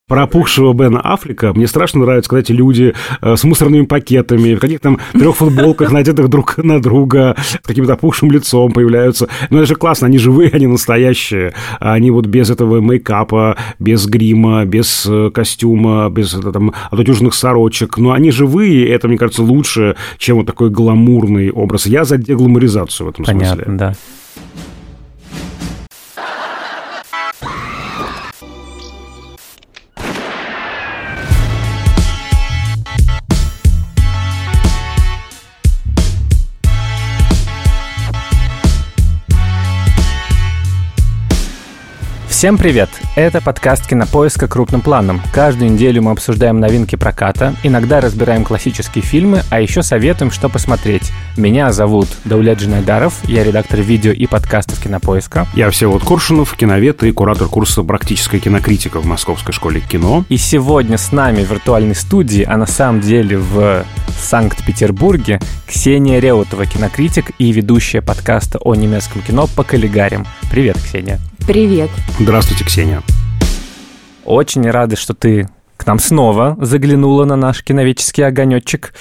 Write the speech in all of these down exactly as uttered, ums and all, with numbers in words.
Про опухшего Бена Аффлека мне страшно нравится, когда эти люди э, с мусорными пакетами, в каких-то там трех футболках, надетых друг на друга, с каким-то опухшим лицом появляются. Ну, это же классно, они живые, они настоящие. Они вот без этого мейкапа, без грима, без э, костюма, без э, там отутюженных сорочек. Но они живые, и это, мне кажется, лучше, чем вот такой гламурный образ. Я за дегламуризацию в этом Понятно, смысле. Да. Всем привет! Это подкаст «Кинопоиска. Крупным планом». Каждую неделю мы обсуждаем новинки проката, иногда разбираем классические фильмы, а еще советуем, что посмотреть. Меня зовут Даулет Джинайдаров, я редактор видео и подкастов «Кинопоиска». Я Всеволод Коршунов, киновед и куратор курса «Практическая кинокритика» в Московской школе кино. И сегодня с нами в виртуальной студии, а на самом деле в Санкт-Петербурге, Ксения Реутова, кинокритик и ведущая подкаста о немецком кино «По коллегарям». Привет, Ксения. Привет. Здравствуйте, Ксения. Очень рады, что ты к нам снова заглянула на наш киноведческий огонечек.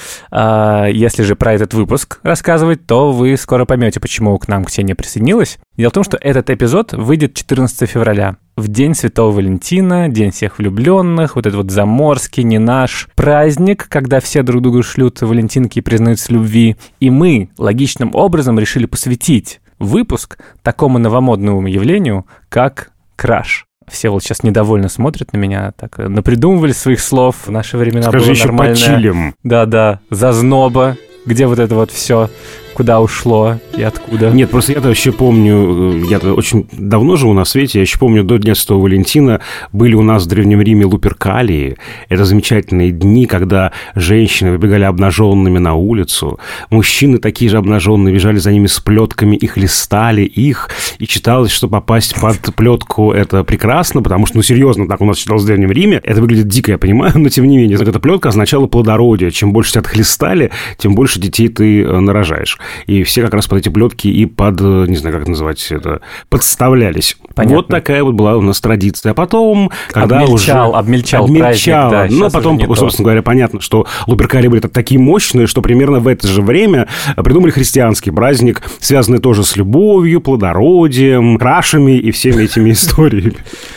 А если же про этот выпуск рассказывать, то вы скоро поймете, почему к нам Ксения присоединилась. Дело в том, что этот эпизод выйдет четырнадцатого февраля. В день Святого Валентина, День всех влюбленных, вот этот вот заморский, не наш праздник, когда все друг другу шлют валентинки и признаются в любви. И мы логичным образом решили посвятить выпуск такому новомодному явлению, как краш. Все вот сейчас недовольно смотрят на меня, так напридумывали своих слов. В наши времена Скажи было еще нормальное... почилим. Да-да, зазноба. Где вот это вот все, куда ушло и откуда? Нет, просто я-то вообще помню, я-то очень давно живу на свете, я еще помню, до Дня Святого Валентина были у нас в Древнем Риме луперкалии. Это замечательные дни, когда женщины выбегали обнаженными на улицу, мужчины такие же обнаженные бежали за ними с плетками и хлестали их, и читалось, что попасть под плетку это прекрасно, потому что, ну, серьезно, так у нас читалось в Древнем Риме, это выглядит дико, я понимаю, но тем не менее, эта плетка означала плодородие. Чем больше тебя отхлестали, тем больше детей ты нарожаешь. И все как раз под эти плетки и под, не знаю, как это называть это, подставлялись. Понятно. Вот такая вот была у нас традиция. А потом, когда обмельчал, уже... обмельчал, обмельчал праздник, да. Ну, потом, собственно то. говоря, понятно, что луперкалии были такие мощные, что примерно в это же время придумали христианский праздник, связанный тоже с любовью, плодородием, крашами и всеми этими историями.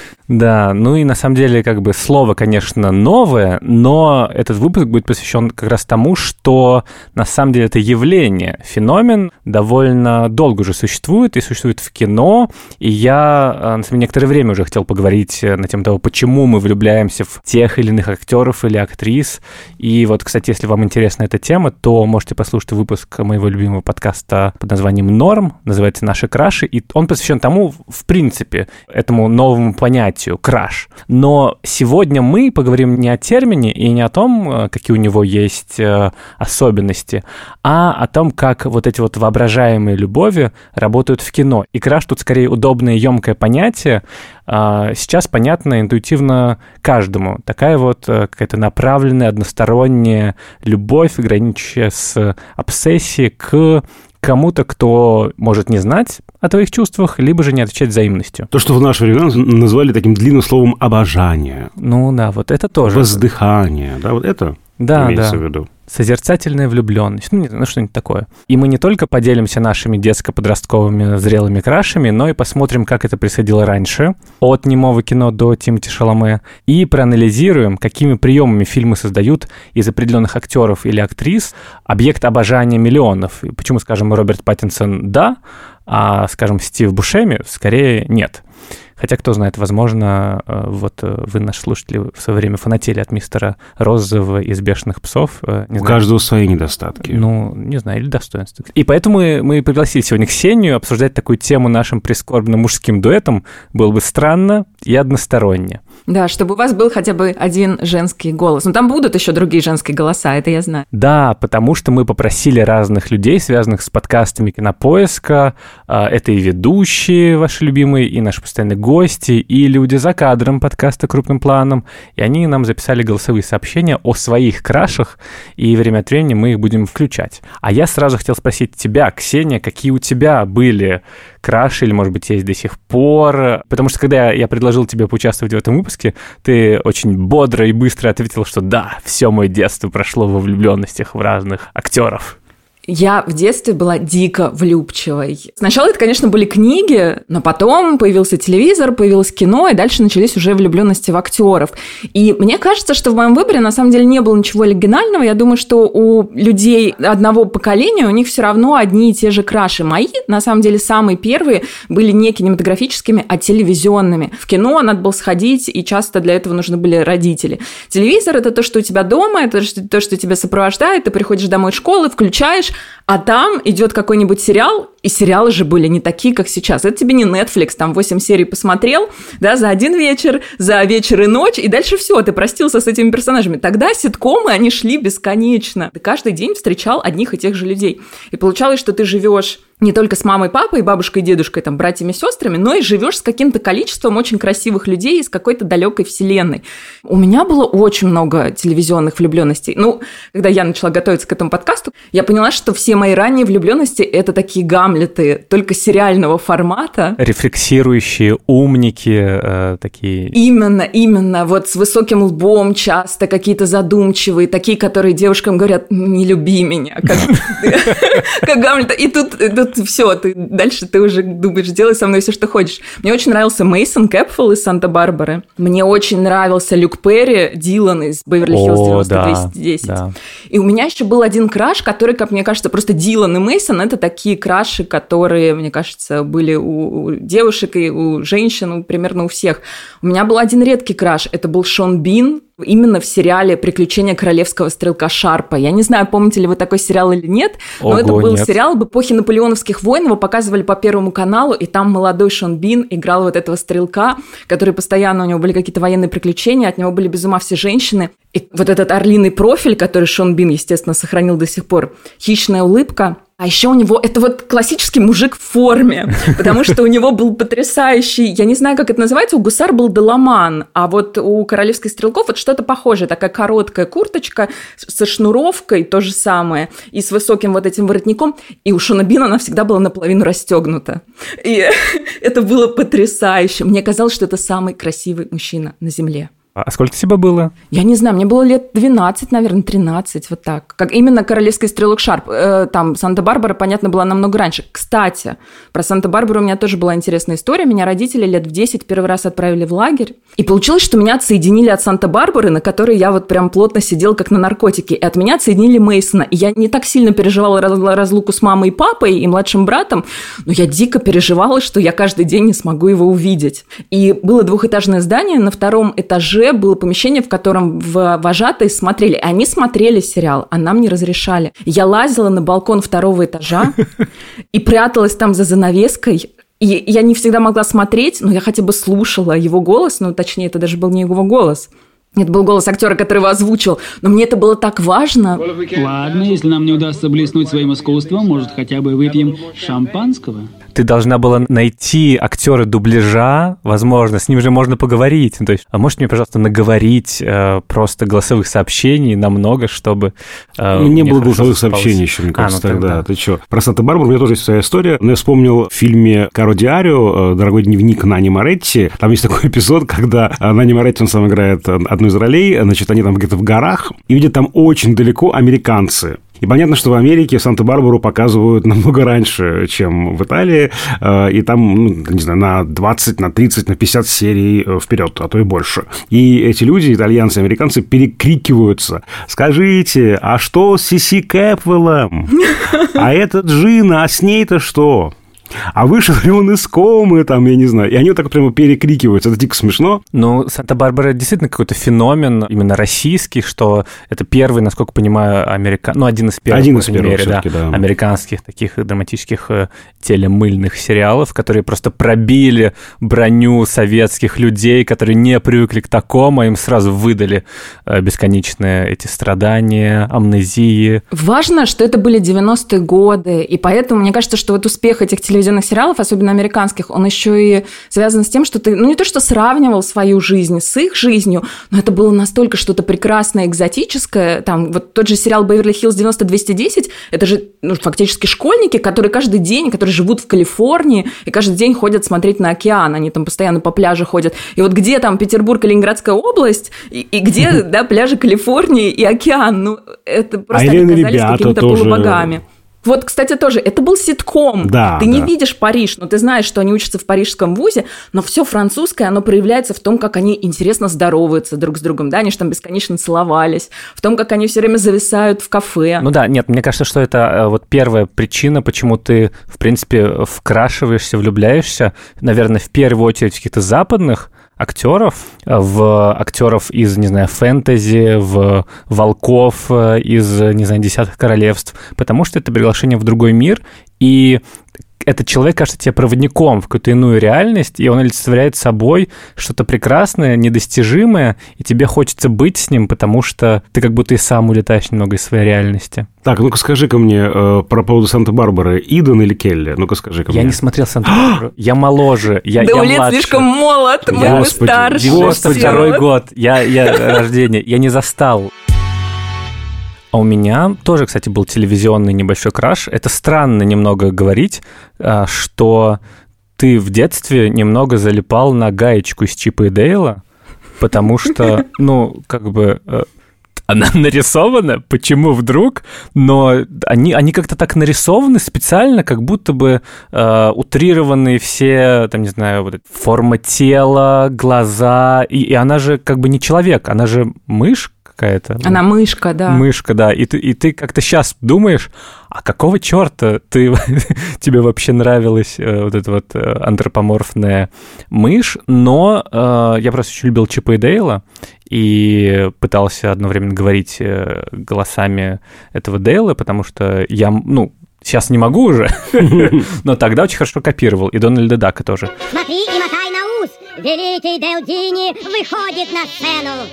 Да, ну и на самом деле, как бы, слово, конечно, новое, но этот выпуск будет посвящен как раз тому, что на самом деле это явление, феномен довольно долго уже существует и существует в кино, и я, на самом деле, некоторое время уже хотел поговорить на тему того, почему мы влюбляемся в тех или иных актеров или актрис, и вот, кстати, если вам интересна эта тема, то можете послушать выпуск моего любимого подкаста под названием «Норм», называется «Наши краши», и он посвящен тому, в принципе, этому новому понятию, краш. Но сегодня мы поговорим не о термине и не о том, какие у него есть особенности, а о том, как вот эти вот воображаемые любови работают в кино. И краш тут скорее удобное и емкое понятие. Сейчас понятно интуитивно каждому. Такая вот какая-то направленная, односторонняя любовь, граничащая с обсессией к кому-то, кто может не знать о твоих чувствах, либо же не отвечать взаимностью. То, что в наши времена назвали таким длинным словом «обожание». Ну да, вот это тоже. Воздыхание, да, вот это да, имеется да. в виду. Созерцательная влюбленность, ну, не знаю, ну, что-нибудь такое. И мы не только поделимся нашими детско-подростковыми зрелыми крашами, но и посмотрим, как это происходило раньше, от немого кино до Тимоти Шаломе, и проанализируем, какими приемами фильмы создают из определенных актеров или актрис объект обожания миллионов. И почему, скажем, Роберт Паттинсон «да», а, скажем, Стив Бушеми скорее «нет». Хотя, кто знает, возможно, вот вы, наши слушатели, в свое время фанатели от мистера Розового из «Бешеных псов». Не У знаю. Каждого свои недостатки. Ну, не знаю, или достоинства. И поэтому мы, мы пригласили сегодня Ксению обсуждать такую тему нашим прискорбным мужским дуэтом. Было бы странно и односторонне. Да, чтобы у вас был хотя бы один женский голос. Но там будут еще другие женские голоса, это я знаю. Да, потому что мы попросили разных людей, связанных с подкастами «Кинопоиска». Это и ведущие ваши любимые, и наши постоянные гости, и люди за кадром подкаста «Крупным планом». И они нам записали голосовые сообщения о своих крашах, и время от времени мы их будем включать. А я сразу хотел спросить тебя, Ксения, какие у тебя были краши, или, может быть, есть до сих пор? Потому что, когда я предложил тебе поучаствовать в этом выпуске, ты очень бодро и быстро ответил, что да, все мое детство прошло во влюбленностях в разных актеров. Я в детстве была дико влюбчивой. Сначала это, конечно, были книги, но потом появился телевизор, появилось кино, и дальше начались уже влюбленности в актеров. И мне кажется, что в моем выборе на самом деле не было ничего оригинального. Я думаю, что у людей одного поколения у них все равно одни и те же краши. Мои, на самом деле, самые первые были не кинематографическими, а телевизионными. В кино надо было сходить, и часто для этого нужны были родители. Телевизор – это то, что у тебя дома, это то, что тебя сопровождает. Ты приходишь домой из школы, включаешь, а там идет какой-нибудь сериал, и сериалы же были не такие, как сейчас. Это тебе не Netflix, там восемь серий посмотрел, да, за один вечер, за вечер и ночь, и дальше все, ты простился с этими персонажами. Тогда ситкомы, они шли бесконечно. Ты каждый день встречал одних и тех же людей. И получалось, что ты живешь не только с мамой, папой, бабушкой, дедушкой, там, братьями, сестрами, но и живешь с каким-то количеством очень красивых людей из какой-то далекой вселенной. У меня было очень много телевизионных влюбленностей. Ну, когда я начала готовиться к этому подкасту, я поняла, что все мои ранние влюбленности – это такие Гамлеты, только сериального формата. Рефлексирующие умники э, такие. Именно, именно. Вот с высоким лбом часто, какие-то задумчивые, такие, которые девушкам говорят: «Не люби меня», как Гамлета. И тут все, ты, дальше ты уже думаешь, делай со мной все, что хочешь. Мне очень нравился Мейсон Кэпфелл из Санта-Барбары. Мне очень нравился Люк Перри, Дилан из Беверли-Хиллз девяносто двести десять. Да. И у меня еще был один краш, который, как мне кажется, просто Дилан и Мейсон — это такие краши, которые, мне кажется, были у, у девушек и у женщин, примерно у всех. У меня был один редкий краш, это был Шон Бин, именно в сериале «Приключения королевского стрелка Шарпа». Я не знаю, помните ли вы такой сериал или нет, но Ого, это был нет. сериал в эпохе наполеоновских войн, его показывали по Первому каналу, и там молодой Шон Бин играл вот этого стрелка, который постоянно, у него были какие-то военные приключения, от него были без ума все женщины. И вот этот орлиный профиль, который Шон Бин, естественно, сохранил до сих пор, хищная улыбка. А еще у него, это вот классический мужик в форме, потому что у него был потрясающий, я не знаю, как это называется, у гусар был доломан, а вот у королевских стрелков вот что-то похожее, такая короткая курточка со шнуровкой, то же самое, и с высоким вот этим воротником, и у Шона Бина она всегда была наполовину расстегнута. И это было потрясающе. Мне казалось, что это самый красивый мужчина на земле. А сколько тебе было? Я не знаю, мне было лет двенадцать, наверное, тринадцать, вот так. Как именно «Королевский стрелок Шарп». Э, там Санта-Барбара, понятно, была намного раньше. Кстати, про Санта-Барбару у меня тоже была интересная история. Меня родители лет в десять первый раз отправили в лагерь. И получилось, что меня отсоединили от Санта-Барбары, на которой я вот прям плотно сидела, как на наркотике. И от меня отсоединили Мейсона. И я не так сильно переживала разлуку с мамой и папой, и младшим братом, но я дико переживала, что я каждый день не смогу его увидеть. И было двухэтажное здание, на втором этаже было помещение, в котором вожатые смотрели. Они смотрели сериал, а нам не разрешали. Я лазила на балкон второго этажа и пряталась там за занавеской. И я не всегда могла смотреть, но я хотя бы слушала его голос, ну, точнее, это даже был не его голос. Это был голос актера, который его озвучил. Но мне это было так важно. Ладно, если нам не удастся блеснуть своим искусством, может, хотя бы выпьем шампанского? Ты должна была найти актера дубляжа, возможно, с ним же можно поговорить. То есть, а можете мне, пожалуйста, наговорить э, просто голосовых сообщений намного, чтобы... Э, не было голосовых сообщений еще, мне кажется, а, ну, тогда. тогда. Ты что? Про Санта-Барбару у меня тоже есть своя история. Но я вспомнил в фильме «Каро Диарио», «Дорогой дневник» Нани Моретти. Там есть такой эпизод, когда Нани Моретти, он сам играет одну из ролей, значит, они там где-то в горах, и видят там очень далеко американцы. И понятно, что в Америке Санта-Барбару показывают намного раньше, чем в Италии, и там, ну, не знаю, на двадцать, на тридцать, на пятьдесят серий вперед, а то и больше. И эти люди, итальянцы и американцы, перекрикиваются. Скажите, а что с Сиси Кэпвеллом? А это Джина, а с ней-то что? А вышел ли он из комы, там, я не знаю. И они вот так прямо перекрикиваются. Это дико смешно. Ну, Санта-Барбара действительно какой-то феномен, именно российский, что это первый, насколько понимаю, америка... ну, один из первых, один из первых мере, да, да. американских таких драматических телемыльных сериалов, которые просто пробили броню советских людей, которые не привыкли к такому, а им сразу выдали бесконечные эти страдания, амнезии. Важно, что это были девяностые годы, и поэтому мне кажется, что вот успех этих телевизионных телевизионных сериалов, особенно американских, он еще и связан с тем, что ты, ну, не то что сравнивал свою жизнь с их жизнью, но это было настолько что-то прекрасное, экзотическое. Там вот тот же сериал «Беверли-Хиллз девяносто двести десять», это же ну, фактически школьники, которые каждый день, которые живут в Калифорнии и каждый день ходят смотреть на океан, они там постоянно по пляжу ходят. И вот где там Петербург и Ленинградская область, и, и где, да, пляжи Калифорнии и океан, ну, это просто а они казались какими-то тоже... полубогами. Вот, кстати, тоже, это был ситком. Да, ты да. не видишь Париж, но ты знаешь, что они учатся в парижском вузе, но все французское, оно проявляется в том, как они интересно здороваются друг с другом, да, они же там бесконечно целовались, в том, как они все время зависают в кафе. Ну да, нет, мне кажется, что это вот первая причина, почему ты, в принципе, вкрашиваешься, влюбляешься, наверное, в первую очередь в каких-то западных актеров, в актеров из, не знаю, фэнтези, в волков из, не знаю, «Десятых королевств», потому что это приглашение в другой мир, и этот человек кажется тебе проводником в какую-то иную реальность, и он олицетворяет собой что-то прекрасное, недостижимое, и тебе хочется быть с ним, потому что ты как будто и сам улетаешь немного из своей реальности. Так, ну-ка скажи-ка мне э, про поводу Санта-Барбары. Иден или Келли? Ну-ка скажи-ка мне. Я не смотрел Санта-Барбару. Я моложе, я, да я Улет младше. слишком молод, мы, мы старше. девяносто второй год, я, я рождение, я не застал. А у меня тоже, кстати, был телевизионный небольшой краш. Это странно немного говорить, что ты в детстве немного залипал на гаечку из Чипа и Дейла, потому что, ну, как бы... Она нарисована, почему вдруг, но они, они как-то так нарисованы специально, как будто бы э, утрированы все, там, не знаю, вот форма тела, глаза, и, и она же как бы не человек, она же мышь какая-то. Она мышка, да. Мышка, да, и ты, и ты как-то сейчас думаешь, а какого черта ты, тебе вообще нравилась э, вот эта вот э, антропоморфная мышь, но э, я просто очень любил Чипа и Дейла, и пытался одновременно говорить голосами этого Дейла, потому что я, ну, сейчас не могу уже, но тогда очень хорошо копировал, и Дональда Дака тоже. Смотри и мотай на ус, великий Дейл Дини выходит на сцену.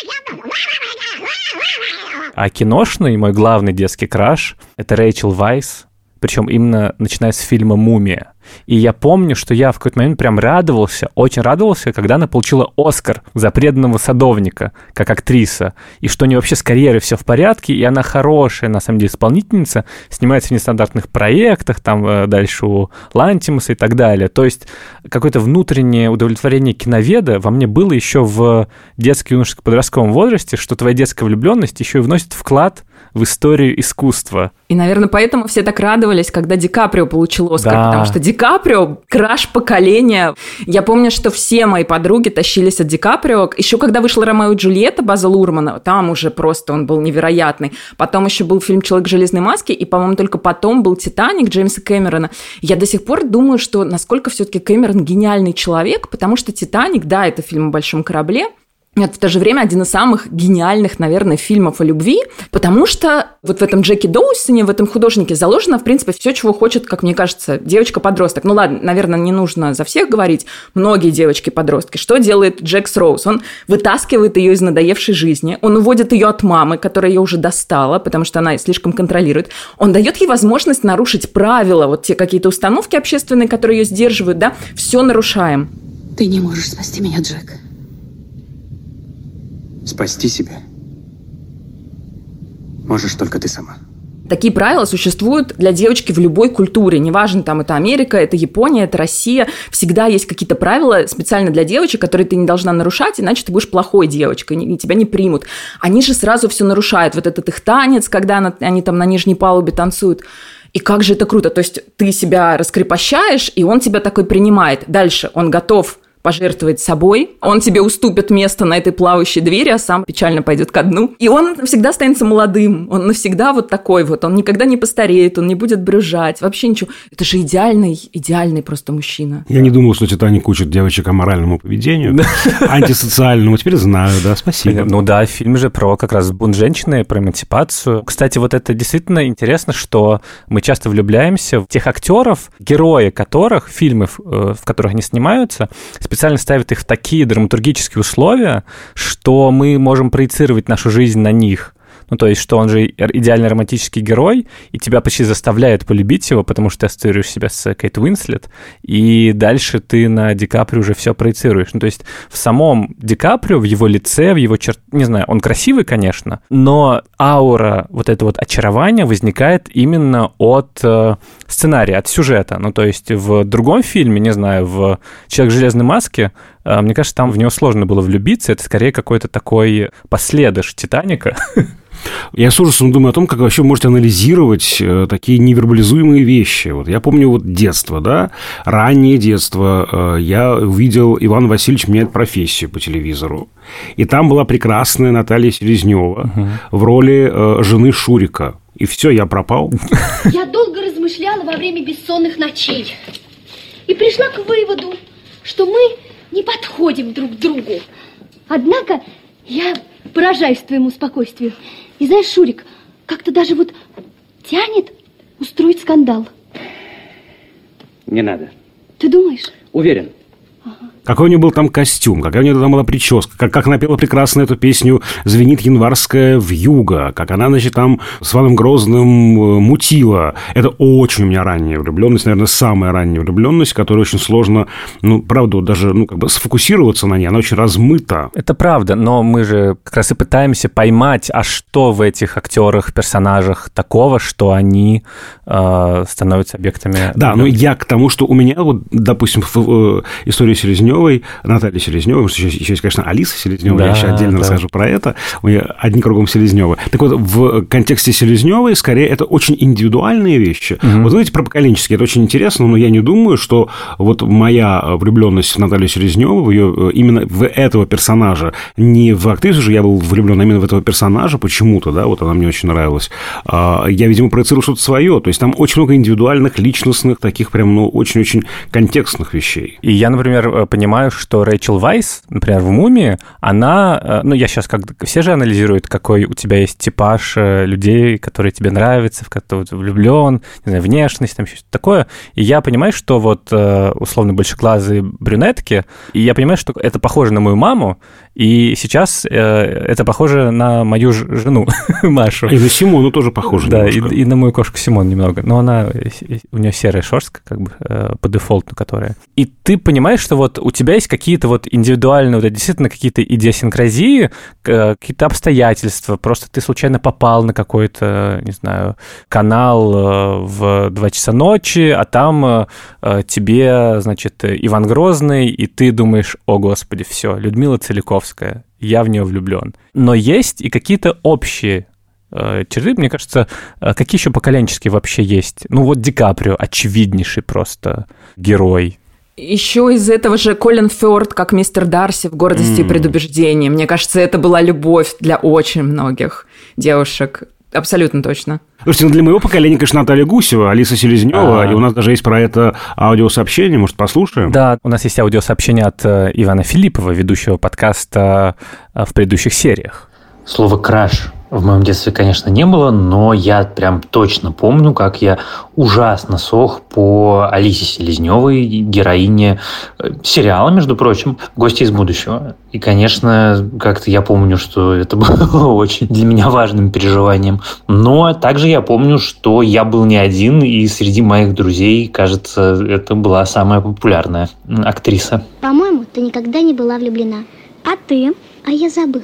А киношный, мой главный детский краш, это Рэйчел Вайс, причем именно начиная с фильма «Мумия». И я помню, что я в какой-то момент прям радовался, очень радовался, когда она получила «Оскар» за «Преданного садовника» как актриса, и что у нее вообще с карьерой все в порядке, и она хорошая, на самом деле, исполнительница, снимается в нестандартных проектах, там дальше у Лантимуса и так далее. То есть какое-то внутреннее удовлетворение киноведа во мне было еще в детско-юношеско-подростковом возрасте, что твоя детская влюбленность еще и вносит вклад в историю искусства. И, наверное, поэтому все так радовались, когда Ди Каприо получил «Оскар», да. потому что Ди Каприо – краш поколения. Я помню, что все мои подруги тащились от Ди Каприо. Еще когда вышла «Ромео и Джульетта» База Лурмана, там уже просто он был невероятный. Потом еще был фильм «Человек в железной маске», и, по-моему, только потом был «Титаник» Джеймса Кэмерона. Я до сих пор думаю, что насколько все-таки Кэмерон гениальный человек, потому что «Титаник», да, это фильм о большом корабле, это в то же время один из самых гениальных, наверное, фильмов о любви, потому что вот в этом Джеки Доусоне, в этом художнике заложено, в принципе, все, чего хочет, как мне кажется, девочка-подросток. Ну ладно, наверное, не нужно за всех говорить. Многие девочки-подростки. Что делает Джекс Роуз? Он вытаскивает ее из надоевшей жизни, он уводит ее от мамы, которая ее уже достала, потому что она слишком контролирует. Он дает ей возможность нарушить правила, вот те какие-то установки общественные, которые ее сдерживают, да, все нарушаем. Ты не можешь спасти меня, Джек. Спасти себя можешь только ты сама. Такие правила существуют для девочки в любой культуре. Неважно, там это Америка, это Япония, это Россия. Всегда есть какие-то правила специально для девочек, которые ты не должна нарушать, иначе ты будешь плохой девочкой, и тебя не примут. Они же сразу все нарушают. Вот этот их танец, когда они там на нижней палубе танцуют. И как же это круто. То есть ты себя раскрепощаешь, и он тебя такой принимает. Дальше он готов пожертвовать собой, он тебе уступит место на этой плавающей двери, а сам печально пойдет ко дну. И он навсегда останется молодым, он навсегда вот такой вот, он никогда не постареет, он не будет брюзжать, вообще ничего. Это же идеальный, идеальный просто мужчина. Я не думал, что «Титаник» учит девочек аморальному поведению, антисоциальному. Теперь знаю, да, спасибо. Ну да, фильм же про как раз бунт женщины, про эмансипацию. Кстати, вот это действительно интересно, что мы часто влюбляемся в тех актеров, герои которых, фильмы, в которых они снимаются, специально ставят их в такие драматургические условия, что мы можем проецировать нашу жизнь на них. Ну, то есть, что он же идеальный романтический герой, и тебя почти заставляет полюбить его, потому что ты ассоциируешь себя с Кейт Уинслет, и дальше ты на Ди Каприо уже все проецируешь. Ну, то есть, в самом Ди Каприо, в его лице, в его черт... Не знаю, он красивый, конечно, но аура вот это вот очарования возникает именно от э, сценария, от сюжета. Ну, то есть, в другом фильме, не знаю, в «Человек в железной маске», э, мне кажется, там в него сложно было влюбиться. Это скорее какой-то такой последыш «Титаника». Я с ужасом думаю о том, как вы вообще можете анализировать э, такие невербализуемые вещи. Вот я помню вот детство, да, раннее детство. Э, я увидел «Иван Васильевич меняет профессию» по телевизору. И там была прекрасная Наталья Селезнева угу. в роли э, жены Шурика. И все, я пропал. Я долго размышляла во время бессонных ночей. И пришла к выводу, что мы не подходим друг к другу. Однако я поражаюсь твоему спокойствию. И знаешь, Шурик, как-то даже вот тянет устроить скандал. Не надо. Ты думаешь? Уверен. Ага. Какой у нее был там костюм, какая у нее там была прическа, как, как она пела прекрасно эту песню «Звенит январская вьюга», как она, значит, там с Иваном Грозным мутила. Это очень у меня ранняя влюбленность, наверное, самая ранняя влюбленность, которая очень сложно, ну, правда, вот даже, ну, как бы сфокусироваться на ней, она очень размыта. Это правда, но мы же как раз и пытаемся поймать, а что в этих актерах, персонажах такого, что они э, становятся объектами... Да, но я к тому, что у меня, вот, допустим, в, в истории Селезневой, Наталья Селезнева, потому что еще, еще есть, конечно, Алиса Селезнева, да, я еще отдельно да. расскажу про это, у меня одни кругом Селезневы. Так вот, в контексте Селезневой, скорее, это очень индивидуальные вещи. Угу. Вот знаете, про поколенческие, это очень интересно, но я не думаю, что вот моя влюбленность в Наталью Селезневу, в ее, именно в этого персонажа, не в актрису же я был влюблен, а именно в этого персонажа почему-то, да, вот она мне очень нравилась. Я, видимо, проецирую что-то свое, то есть там очень много индивидуальных, личностных, таких прям, ну, очень-очень контекстных вещей. И я, например, понимаю, что Рэйчел Вайс, например, в «Мумии», она, ну, я сейчас как все же анализируют, какой у тебя есть типаж людей, которые тебе нравятся, в которые ты влюблен, не знаю, внешность, там еще что-то такое. И я понимаю, что вот условно большеглазые брюнетки, и я понимаю, что это похоже на мою маму, и сейчас э, это похоже на мою ж- жену Машу. И на Симону тоже похоже. Да, и, и на мою кошку Симон немного. Но она, у нее серая шерстка, как бы, э, по дефолту, которая. И ты понимаешь, что вот у тебя есть какие-то вот индивидуальные, вот действительно какие-то идиосинкразии, какие-то обстоятельства. Просто ты случайно попал на какой-то, не знаю, канал э, в два часа ночи, а там э, тебе, значит, Иван Грозный, и ты думаешь, о, господи, все, Людмила Целиковская, я в нее влюблен. Но есть и какие-то общие э, черты, мне кажется, э, какие еще поколенческие вообще есть. Ну вот Ди Каприо, очевиднейший просто герой. Еще из этого же Колин Фёрд, как мистер Дарси в «Гордости mm. и предубеждении». Мне кажется, это была любовь для очень многих девушек. Абсолютно точно. Слушайте, ну для моего поколения, конечно, Наталья Гусева, Алиса Селезнева, А-а-а. И у нас даже есть про это аудиосообщение, может, послушаем? Да, у нас есть аудиосообщение от Ивана Филиппова, ведущего подкаста в предыдущих сериях. Слово «краш» в моем детстве, конечно, не было, но я прям точно помню, как я ужасно сох по Алисе Селезневой, героине сериала, между прочим, «Гости из будущего». И, конечно, как-то я помню, что это было очень для меня важным переживанием. Но также я помню, что я был не один, и среди моих друзей, кажется, это была самая популярная актриса. По-моему, ты никогда не была влюблена. А ты? А я забыла.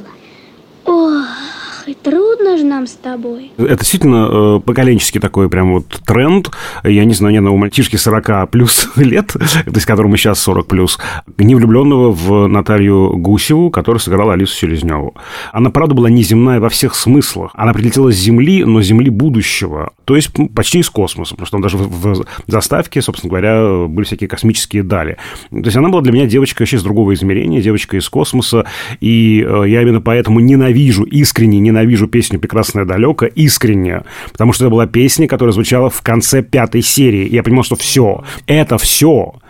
Ох, и трудно же нам с тобой. Это действительно э, поколенческий такой прям вот тренд. Я не знаю, ни одного мальчишки сорок плюс лет, то есть которому сейчас сорок плюс, не влюбленного в Наталью Гусеву, которая сыграла Алису Селезневу. Она, правда, была неземная во всех смыслах. Она прилетела с Земли, но Земли будущего. То есть почти из космоса, потому что там даже в, в заставке, собственно говоря, были всякие космические дали. То есть она была для меня девочка вообще из другого измерения, девочка из космоса, и э, я именно поэтому ненавижу, искренне ненавижу песню «Прекрасное далеко», искренне, потому что это была песня, которая звучала в конце пятой серии, и я понимал, что все, это все.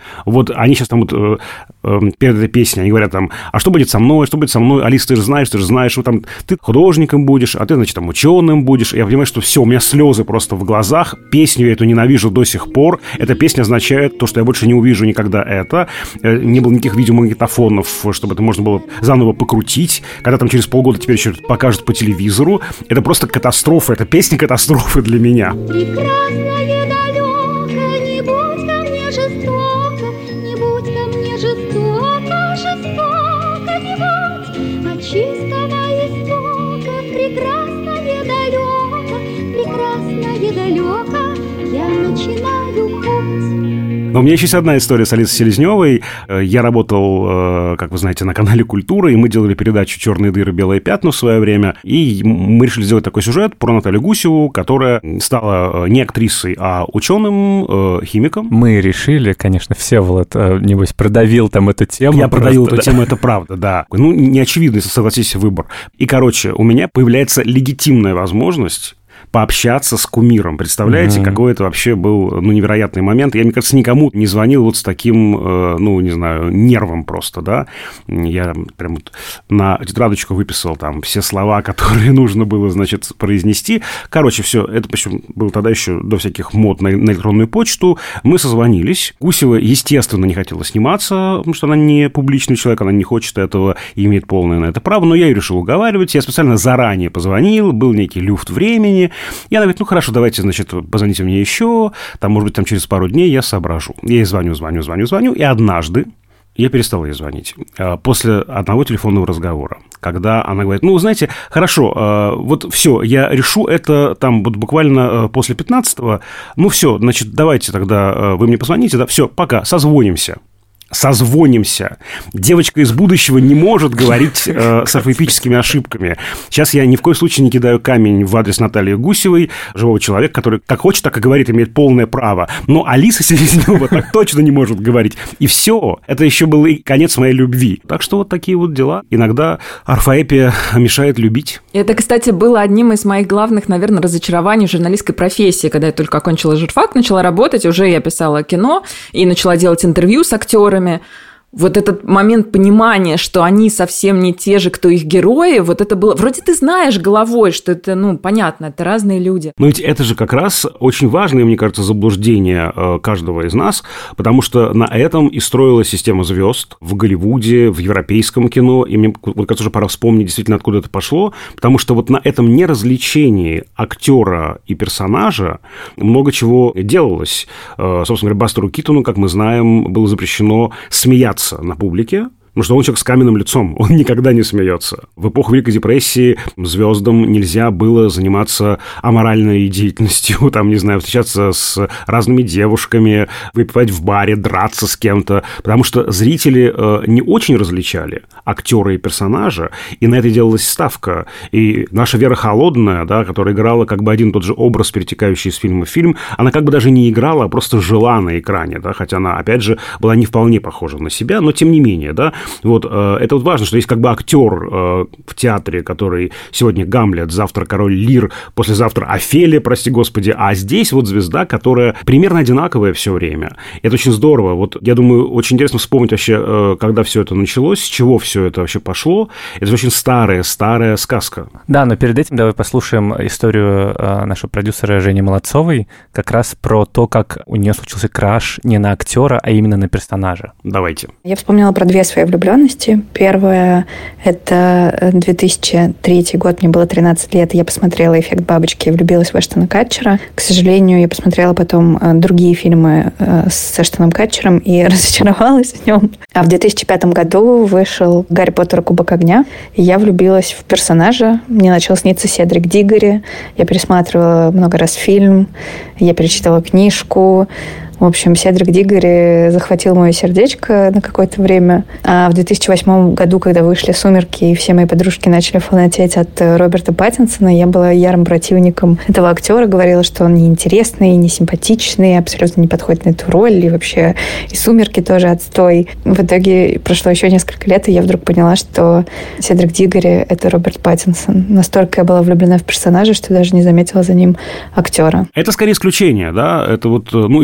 Вот они сейчас там вот э, э, перед этой песней, они говорят там, а что будет со мной, что будет со мной, Алиса, ты же знаешь, ты же знаешь, что там ты художником будешь, а ты, значит, там ученым будешь. Я понимаю, что все, у меня слезы просто в глазах, песню я эту ненавижу до сих пор. Эта песня означает то, что я больше не увижу никогда это. Не было никаких видеомагнитофонов, чтобы это можно было заново покрутить. Когда там через полгода теперь еще покажут по телевизору. Это просто катастрофа, это песня катастрофы для меня. Прекрасное далеко, не будь ко мне жестоко, не будь ко мне жестоко, жестоко не будь, от чистого истока. Прекрасное далеко, прекрасное далеко, я начинаю путь. Но у меня еще есть одна история с Алисой Селезневой. Я работал, как вы знаете, на канале «Культура», и мы делали передачу «Черные дыры, белые пятна» в свое время. И мы решили сделать такой сюжет про Наталью Гусеву, которая стала не актрисой, а ученым, химиком. Мы решили, конечно, Всеволод, небось, продавил там эту тему. Я продавил эту да. тему, это правда, да. Ну, неочевидный, согласитесь, выбор. И, короче, у меня появляется легитимная возможность пообщаться с кумиром. Представляете, mm-hmm. какой это вообще был, ну, невероятный момент. Я, мне кажется, никому не звонил вот с таким, э, ну, не знаю, нервом просто, да. Я прям вот на тетрадочку выписал там все слова, которые нужно было, значит, произнести. Короче, все, это причем было тогда еще до всяких мод на, на электронную почту. Мы созвонились. Гусева, естественно, не хотела сниматься, потому что она не публичный человек, она не хочет этого и имеет полное на это право, но я ее решил уговаривать. Я специально заранее позвонил, был некий люфт времени. И она говорит, ну, хорошо, давайте, значит, позвоните мне еще, там, может быть, там через пару дней я соображу. Я ей звоню, звоню, звоню, звоню, и однажды я перестал ей звонить после одного телефонного разговора, когда она говорит, ну, знаете, хорошо, вот все, я решу это там вот буквально после пятнадцатого, ну, все, значит, давайте тогда вы мне позвоните, да, все, пока, созвонимся. Созвонимся. Девочка из будущего не может говорить э, с орфоэпическими ошибками. Сейчас я ни в коем случае не кидаю камень в адрес Натальи Гусевой, живого человека, который как хочет, так и говорит, имеет полное право. Но Алиса Селезнева так точно не может говорить. И все. Это еще был и конец моей любви. Так что вот такие вот дела. Иногда орфоэпия мешает любить. Это, кстати, было одним из моих главных, наверное, разочарований в журналистской профессии. Когда я только окончила журфак, начала работать, уже я писала кино и начала делать интервью с актерами. Вот этот момент понимания, что они совсем не те же, кто их герои, вот это было... Вроде ты знаешь головой, что это, ну, понятно, это разные люди. Но ведь это же как раз очень важное, мне кажется, заблуждение каждого из нас, потому что на этом и строилась система звезд в Голливуде, в европейском кино, и мне вот кажется, уже пора вспомнить действительно, откуда это пошло, потому что вот на этом неразличении актера и персонажа много чего делалось. Собственно говоря, Бастеру Китону, как мы знаем, было запрещено смеяться на публике, потому что он человек с каменным лицом, он никогда не смеется. В эпоху Великой депрессии звездам нельзя было заниматься аморальной деятельностью, там, не знаю, встречаться с разными девушками, выпивать в баре, драться с кем-то, потому что зрители э, не очень различали актера и персонажа, и на это делалась ставка. И наша Вера Холодная, да, которая играла как бы один и тот же образ, перетекающий из фильма в фильм, она как бы даже не играла, а просто жила на экране, да, хотя она, опять же, была не вполне похожа на себя, но тем не менее, да. Вот, это вот важно, что есть как бы актер в театре, который сегодня Гамлет, завтра король Лир, послезавтра Офелия, прости господи, а здесь вот звезда, которая примерно одинаковая все время. Это очень здорово. Вот я думаю, очень интересно вспомнить вообще, когда все это началось, с чего все это вообще пошло. Это же очень старая, старая сказка. Да, но перед этим давай послушаем историю нашего продюсера Жени Молодцовой, как раз про то, как у нее случился краш не на актера, а именно на персонажа. Давайте. Я вспомнила про две свои влюбленности. Первая – это две тысячи третий год, мне было тринадцать лет, и я посмотрела «Эффект бабочки» и влюбилась в Эштона Катчера. К сожалению, я посмотрела потом другие фильмы с Эштоном Катчером и разочаровалась в нем. А в две тысячи пятом году вышел «Гарри Поттер и Кубок огня», и я влюбилась в персонажа. Мне начал сниться Седрик Диггори. Я пересматривала много раз фильм, я перечитала книжку. В общем, Седрик Диггори захватил мое сердечко на какое-то время. А в две тысячи восьмом году, когда вышли «Сумерки», и все мои подружки начали фанатеть от Роберта Паттинсона, я была ярым противником этого актера, говорила, что он неинтересный, несимпатичный, абсолютно не подходит на эту роль, и вообще и «Сумерки» тоже отстой. В итоге прошло еще несколько лет, и я вдруг поняла, что Седрик Диггори — это Роберт Паттинсон. Настолько я была влюблена в персонажа, что даже не заметила за ним актера. Это скорее исключение, да? Это вот, ну, извините, я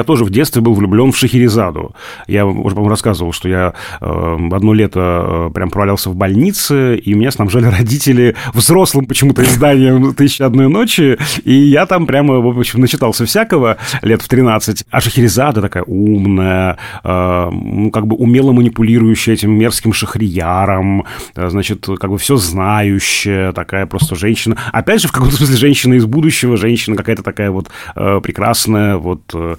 тоже в детстве был влюблен в Шахерезаду. Я уже, по-моему, рассказывал, что я э, одно лето э, прям провалялся в больнице, и меня снабжали родители взрослым почему-то изданием «Тысяча одной ночи», и я там прямо, в общем, начитался всякого лет в тринадцать. А Шахерезада такая умная, э, ну, как бы умело манипулирующая этим мерзким Шахрияром, э, значит, как бы все знающая, такая просто женщина. Опять же, в каком-то смысле женщина из будущего, женщина какая-то такая вот э, прекрасная, вот э,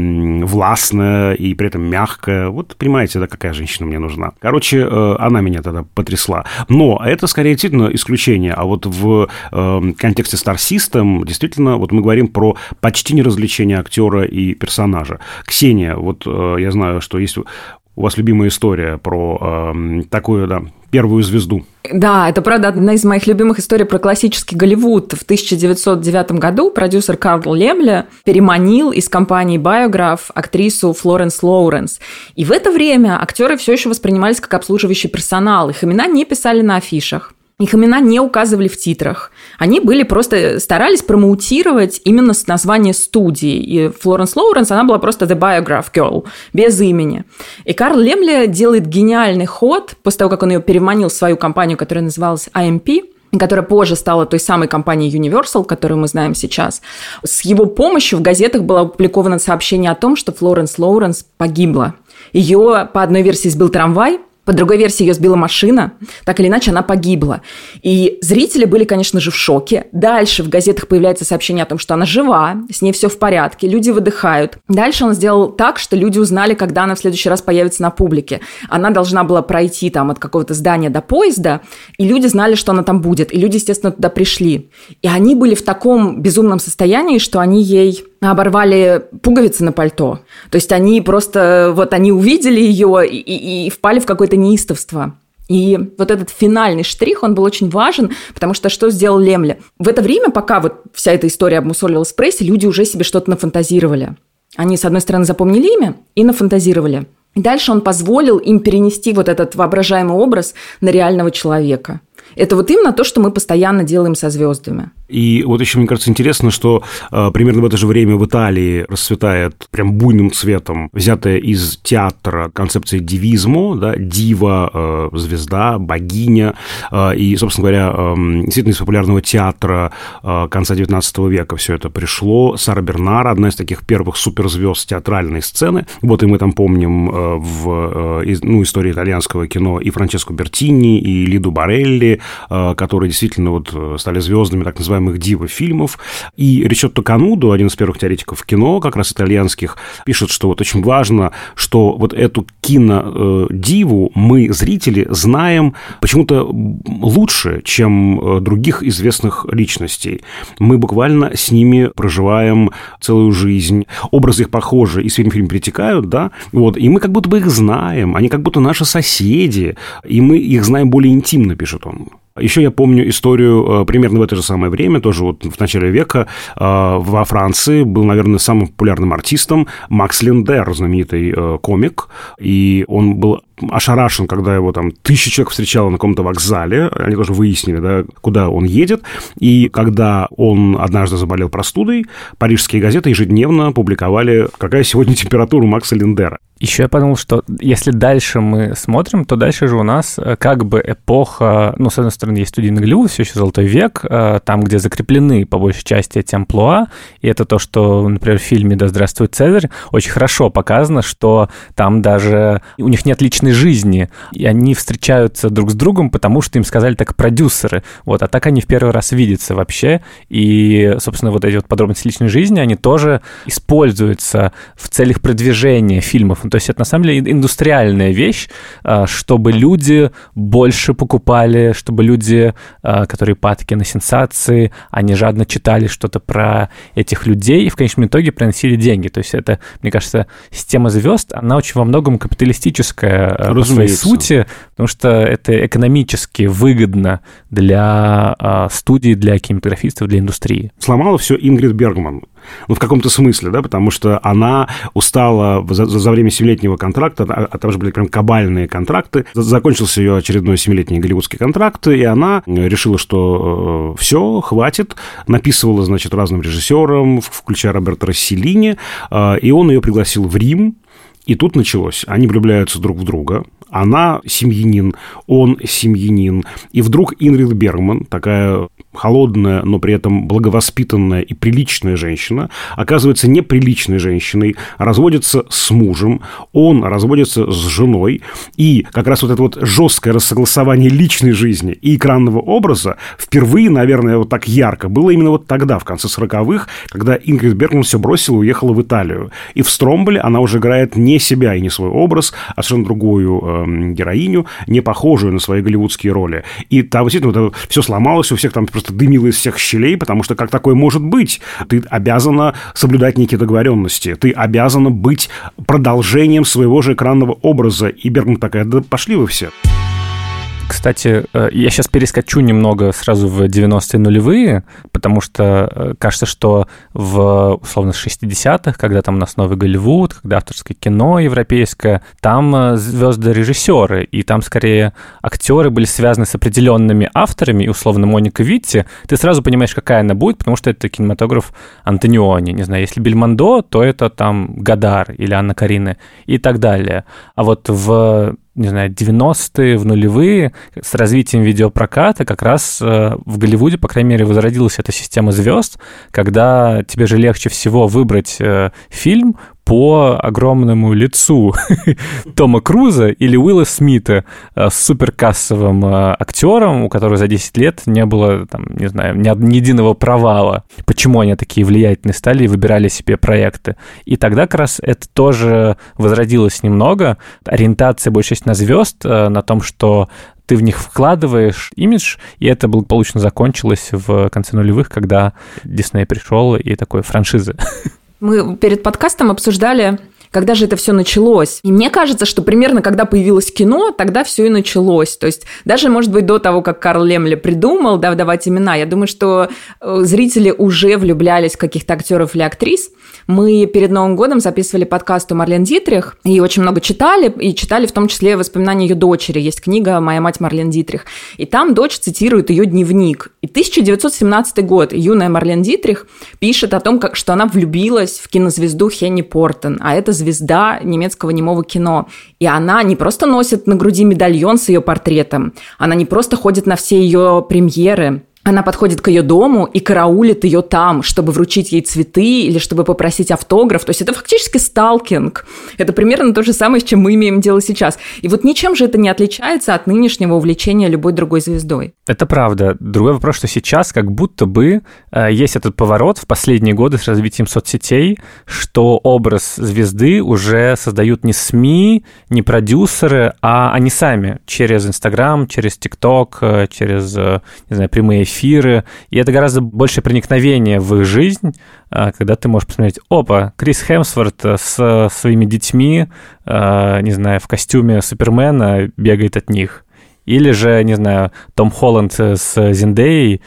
властная и при этом мягкая. Вот понимаете, да, какая женщина мне нужна. Короче, э, она меня тогда потрясла. Но это скорее действительно исключение. А вот в э, контексте Star System действительно вот мы говорим про почти неразличение актера и персонажа. Ксения, вот э, я знаю, что есть у вас любимая история про э, такую, да, первую звезду. Да, это, правда, одна из моих любимых историй про классический Голливуд. В тысяча девятьсот девятом году продюсер Карл Лемле переманил из компании Biograph актрису Флоренс Лоуренс. И в это время актеры все еще воспринимались как обслуживающий персонал. Их имена не писали на афишах. Их имена не указывали в титрах. Они были просто старались промоутировать именно с названия студии. И Флоренс Лоуренс, она была просто The Biograph Girl, без имени. И Карл Лемле делает гениальный ход после того, как он ее переманил в свою компанию, которая называлась ай эм пи, которая позже стала той самой компанией Universal, которую мы знаем сейчас. С его помощью в газетах было опубликовано сообщение о том, что Флоренс Лоуренс погибла. Ее по одной версии сбил трамвай, по другой версии ее сбила машина, так или иначе она погибла. И зрители были, конечно же, в шоке. Дальше в газетах появляется сообщение о том, что она жива, с ней все в порядке, люди выдыхают. Дальше он сделал так, что люди узнали, когда она в следующий раз появится на публике. Она должна была пройти там от какого-то здания до поезда, и люди знали, что она там будет. И люди, естественно, туда пришли. И они были в таком безумном состоянии, что они ей оборвали пуговицы на пальто. То есть они просто, вот они увидели ее и, и, и впали в какое-то неистовство. И вот этот финальный штрих, он был очень важен, потому что что сделал Лемле? В это время, пока вот вся эта история обмусоливалась в прессе, люди уже себе что-то нафантазировали. Они, с одной стороны, запомнили имя и нафантазировали. И дальше он позволил им перенести вот этот воображаемый образ на реального человека. Это вот именно то, что мы постоянно делаем со звездами. И вот еще, мне кажется, интересно, что э, примерно в это же время в Италии расцветает прям буйным цветом взятая из театра концепция дивизмо, да, дива, э, звезда, богиня. Э, и, собственно говоря, э, действительно из популярного театра э, конца девятнадцатого века все это пришло. Сара Бернара, одна из таких первых суперзвезд театральной сцены. Вот и мы там помним э, в э, ну, истории итальянского кино и Франческо Бертини, и Лиду Барелли, э, которые действительно вот стали звездами так называемых дива-фильмов. И Ричотто Канудо, один из первых теоретиков кино, как раз итальянских, пишет, что вот очень важно, что вот эту кинодиву мы, зрители, знаем почему-то лучше, чем других известных личностей. Мы буквально с ними проживаем целую жизнь. Образы их похожи, из фильма в фильм перетекают, да, вот, и мы как будто бы их знаем, они как будто наши соседи, и мы их знаем более интимно, пишет он. Еще я помню историю примерно в это же самое время, тоже вот в начале века, во Франции был, наверное, самым популярным артистом Макс Линдер, знаменитый комик, и он был ошарашен, когда его там тысяча человек встречало на каком-то вокзале, они тоже выяснили, да, куда он едет, и когда он однажды заболел простудой, парижские газеты ежедневно публиковали, какая сегодня температура у Макса Линдера. Еще я подумал, что если дальше мы смотрим, то дальше же у нас как бы эпоха, ну, с одной стороны, есть студийный Голливуд, все еще золотой век, там, где закреплены по большей части эти амплуа, и это то, что, например, в фильме «Да здравствует Цезарь» очень хорошо показано, что там даже у них нет личной жизни, и они встречаются друг с другом, потому что им сказали так продюсеры, вот, а так они в первый раз видятся вообще, и, собственно, вот эти вот подробности личной жизни, они тоже используются в целях продвижения фильмов. То есть это на самом деле индустриальная вещь, чтобы люди больше покупали, чтобы люди, которые падки на сенсации, они жадно читали что-то про этих людей и в конечном итоге приносили деньги. То есть это, мне кажется, система звезд, она очень во многом капиталистическая по своей сути, потому что это экономически выгодно для студий, для кинематографистов, для индустрии. Сломала все Ингрид Бергман. Ну, в каком-то смысле, да, потому что она устала за, за время семилетнего контракта, а, а там же были прям кабальные контракты, закончился ее очередной семилетний голливудский контракт, и она решила, что э, все, хватит, написывала, значит, разным режиссерам, включая Роберто Росселлини, э, и он ее пригласил в Рим, и тут началось. Они влюбляются друг в друга. Она семьянин, он семьянин. И вдруг Ингрид Бергман, такая холодная, но при этом благовоспитанная и приличная женщина, оказывается неприличной женщиной, разводится с мужем, он разводится с женой. И как раз вот это вот жесткое рассогласование личной жизни и экранного образа впервые, наверное, вот так ярко было именно вот тогда, в конце сороковых, когда Ингрид Бергман все бросила и уехала в Италию. И в «Стромболе» она уже играет не себя и не свой образ, а совершенно другую героиню, не похожую на свои голливудские роли. И там действительно это все сломалось, у всех там просто дымило из всех щелей, потому что как такое может быть? Ты обязана соблюдать некие договоренности, ты обязана быть продолжением своего же экранного образа. И Бергман такая: да пошли вы все. Кстати, я сейчас перескочу немного сразу в девяностые нулевые, потому что кажется, что в, условно, шестидесятых, когда там у нас новый Голливуд, когда авторское кино европейское, там звезды-режиссеры, и там скорее актеры были связаны с определенными авторами, и, условно, Моника Витти, ты сразу понимаешь, какая она будет, потому что это кинематограф Антониони. Не знаю, если Бельмондо, то это там Годар или Анна Карина и так далее. А вот в не знаю, девяностые, в нулевые, с развитием видеопроката как раз э, в Голливуде, по крайней мере, возродилась эта система звезд, когда тебе же легче всего выбрать э, фильм по огромному лицу Тома Круза или Уилла Смита с суперкассовым актером, у которого за десять лет не было, там, не знаю, ни, ни единого провала. Почему они такие влиятельные стали и выбирали себе проекты? И тогда как раз это тоже возродилось немного. Ориентация больше на звезд, на том, что ты в них вкладываешь имидж, и это благополучно закончилось в конце нулевых, когда Дисней пришел и такой: франшиза. Мы перед подкастом обсуждали, когда же это все началось. И мне кажется, что примерно когда появилось кино, тогда все и началось. То есть даже, может быть, до того, как Карл Лемле придумал да, давать имена, я думаю, что зрители уже влюблялись в каких-то актеров или актрис. Мы перед Новым годом записывали подкаст у Марлен Дитрих, и очень много читали, и читали в том числе воспоминания ее дочери. Есть книга «Моя мать Марлен Дитрих», и там дочь цитирует ее дневник. И тысяча девятьсот семнадцатый год, юная Марлен Дитрих пишет о том, как, что она влюбилась в кинозвезду Хенни Портен, а это звезда немецкого немого кино. И она не просто носит на груди медальон с ее портретом, она не просто ходит на все ее премьеры, она подходит к ее дому и караулит ее там, чтобы вручить ей цветы или чтобы попросить автограф. То есть это фактически сталкинг. Это примерно то же самое, с чем мы имеем дело сейчас. И вот ничем же это не отличается от нынешнего увлечения любой другой звездой. Это правда. Другой вопрос, что сейчас как будто бы э, есть этот поворот в последние годы с развитием соцсетей, что образ звезды уже создают не СМИ, не продюсеры, а они сами через Инстаграм, через ТикТок, э, через, э, не знаю, прямые эфиры, и это гораздо большее проникновение в их жизнь, когда ты можешь посмотреть: опа, Крис Хемсворт с своими детьми, не знаю, в костюме Супермена бегает от них. Или же, не знаю, Том Холланд с Зендеей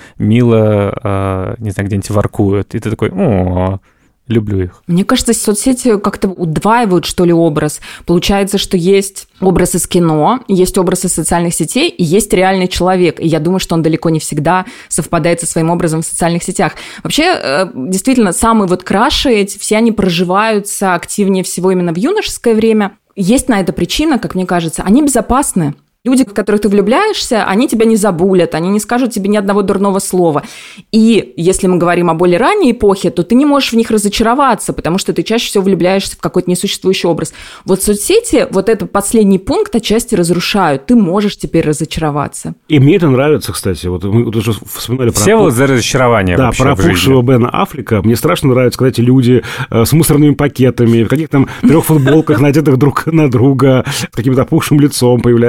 мило, не знаю, где-нибудь воркуют, и ты такой: о, люблю их. Мне кажется, соцсети как-то удваивают, что ли, образ. Получается, что есть образ из кино, есть образ из социальных сетей, и есть реальный человек. И я думаю, что он далеко не всегда совпадает со своим образом в социальных сетях. Вообще, действительно, самые вот краши эти, все они проживаются активнее всего именно в юношеское время. Есть на это причина, как мне кажется, они безопасны. Люди, в которых ты влюбляешься, они тебя не забулят, они не скажут тебе ни одного дурного слова. И если мы говорим о более ранней эпохе, то ты не можешь в них разочароваться, потому что ты чаще всего влюбляешься в какой-то несуществующий образ. Вот соцсети вот этот последний пункт отчасти разрушают. Ты можешь теперь разочароваться. И мне это нравится, кстати. Вот мы уже вспоминали про... Все вот за разочарование. Да, про опухшего Бена Аффлека. Мне страшно нравится, когда эти люди с мусорными пакетами, в каких-то там трех футболках, надетых друг на друга, с каким-то опухшим лицом появляются.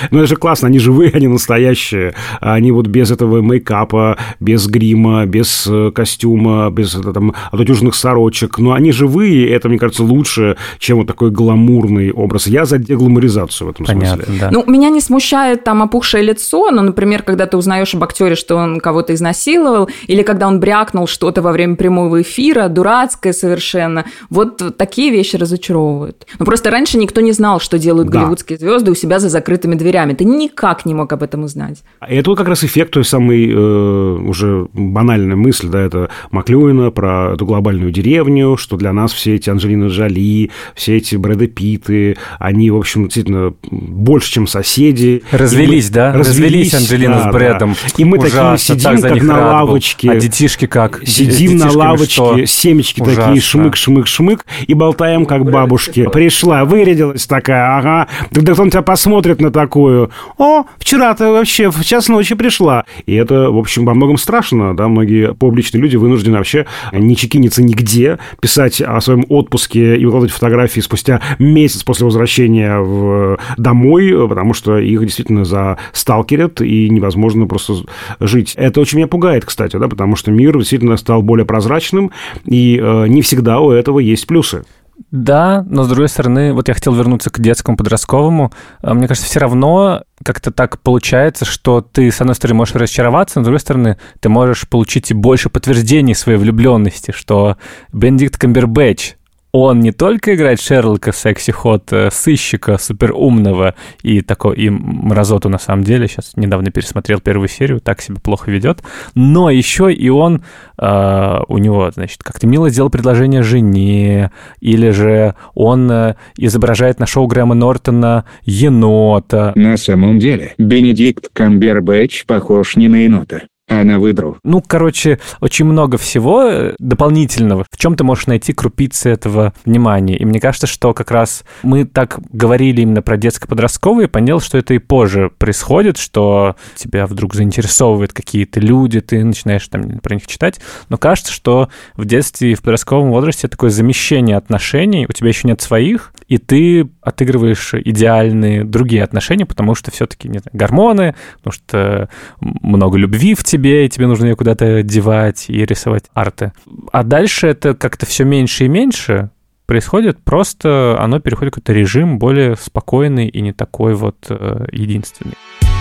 Ну, это же классно, они живые, они настоящие. Они вот без этого мейкапа, без грима, без костюма, без там отутюженных сорочек. Но они живые, это, мне кажется, лучше, чем вот такой гламурный образ. Я за дегламуризацию в этом Понятно, смысле. Да. Ну, меня не смущает там опухшее лицо, но, например, когда ты узнаешь об актере, что он кого-то изнасиловал, или когда он брякнул что-то во время прямого эфира, дурацкое совершенно, вот такие вещи разочаровывают. Но просто раньше никто не знал, что делают да. голливудские звезды у себя за закрытыми дверями. Ты никак не мог об этом узнать. Это вот как раз эффект той самой э, уже банальной мысли, да, это Маклюина про эту глобальную деревню, что для нас все эти Анджелины Джоли, все эти Брэды Питты, они, в общем, действительно больше, чем соседи. Развелись, мы, да? Развелись, развелись Анджелина да, с Брэдом. Да. И мы Ужасно, такие сидим, как на лавочке. Был. А детишки как? Сидим на лавочке, что? Семечки Ужасно. Такие, шмык-шмык-шмык, и болтаем, как бабушки. Пришла, вырядилась такая, ага. Тогда кто-нибудь тебя посмотрит на такую. О, вчера-то вообще в час ночи пришла. И это, в общем, во многом страшно, да, многие публичные люди вынуждены вообще не чекиниться нигде, писать о своем отпуске и выкладывать фотографии спустя месяц после возвращения в... домой, потому что их действительно засталкерят, и невозможно просто жить. Это очень меня пугает, кстати, да, потому что мир действительно стал более прозрачным, и э, не всегда у этого есть плюсы. Да, но с другой стороны, вот я хотел вернуться к детскому, подростковому. Мне кажется, все равно как-то так получается, что ты, с одной стороны, можешь разочароваться, но с другой стороны, ты можешь получить и больше подтверждений своей влюбленности, что Бенедикт Камбербэтч, он не только играет Шерлока, секси-хот, сыщика, суперумного и такого, и мразоту на самом деле, сейчас недавно пересмотрел первую серию, так себя плохо ведет, но еще и он, э, у него, значит, как-то мило сделал предложение жене, или же он э, изображает на шоу Грэма Нортона енота. На самом деле, Бенедикт Камбербэтч похож не на енота, а на выдру. Ну, короче, очень много всего дополнительного. В чем ты можешь найти крупицы этого внимания? И мне кажется, что как раз мы так говорили именно про детско-подростковые, понял, что это и позже происходит, что тебя вдруг заинтересовывают какие-то люди, ты начинаешь там про них читать. Но кажется, что в детстве и в подростковом возрасте такое замещение отношений, у тебя еще нет своих, и ты отыгрываешь идеальные другие отношения, потому что все-таки нет гормоны, потому что много любви в тебе, тебе, и тебе нужно ее куда-то девать и рисовать арты. А дальше это как-то все меньше и меньше происходит, просто оно переходит в какой-то режим более спокойный и не такой вот э, единственный.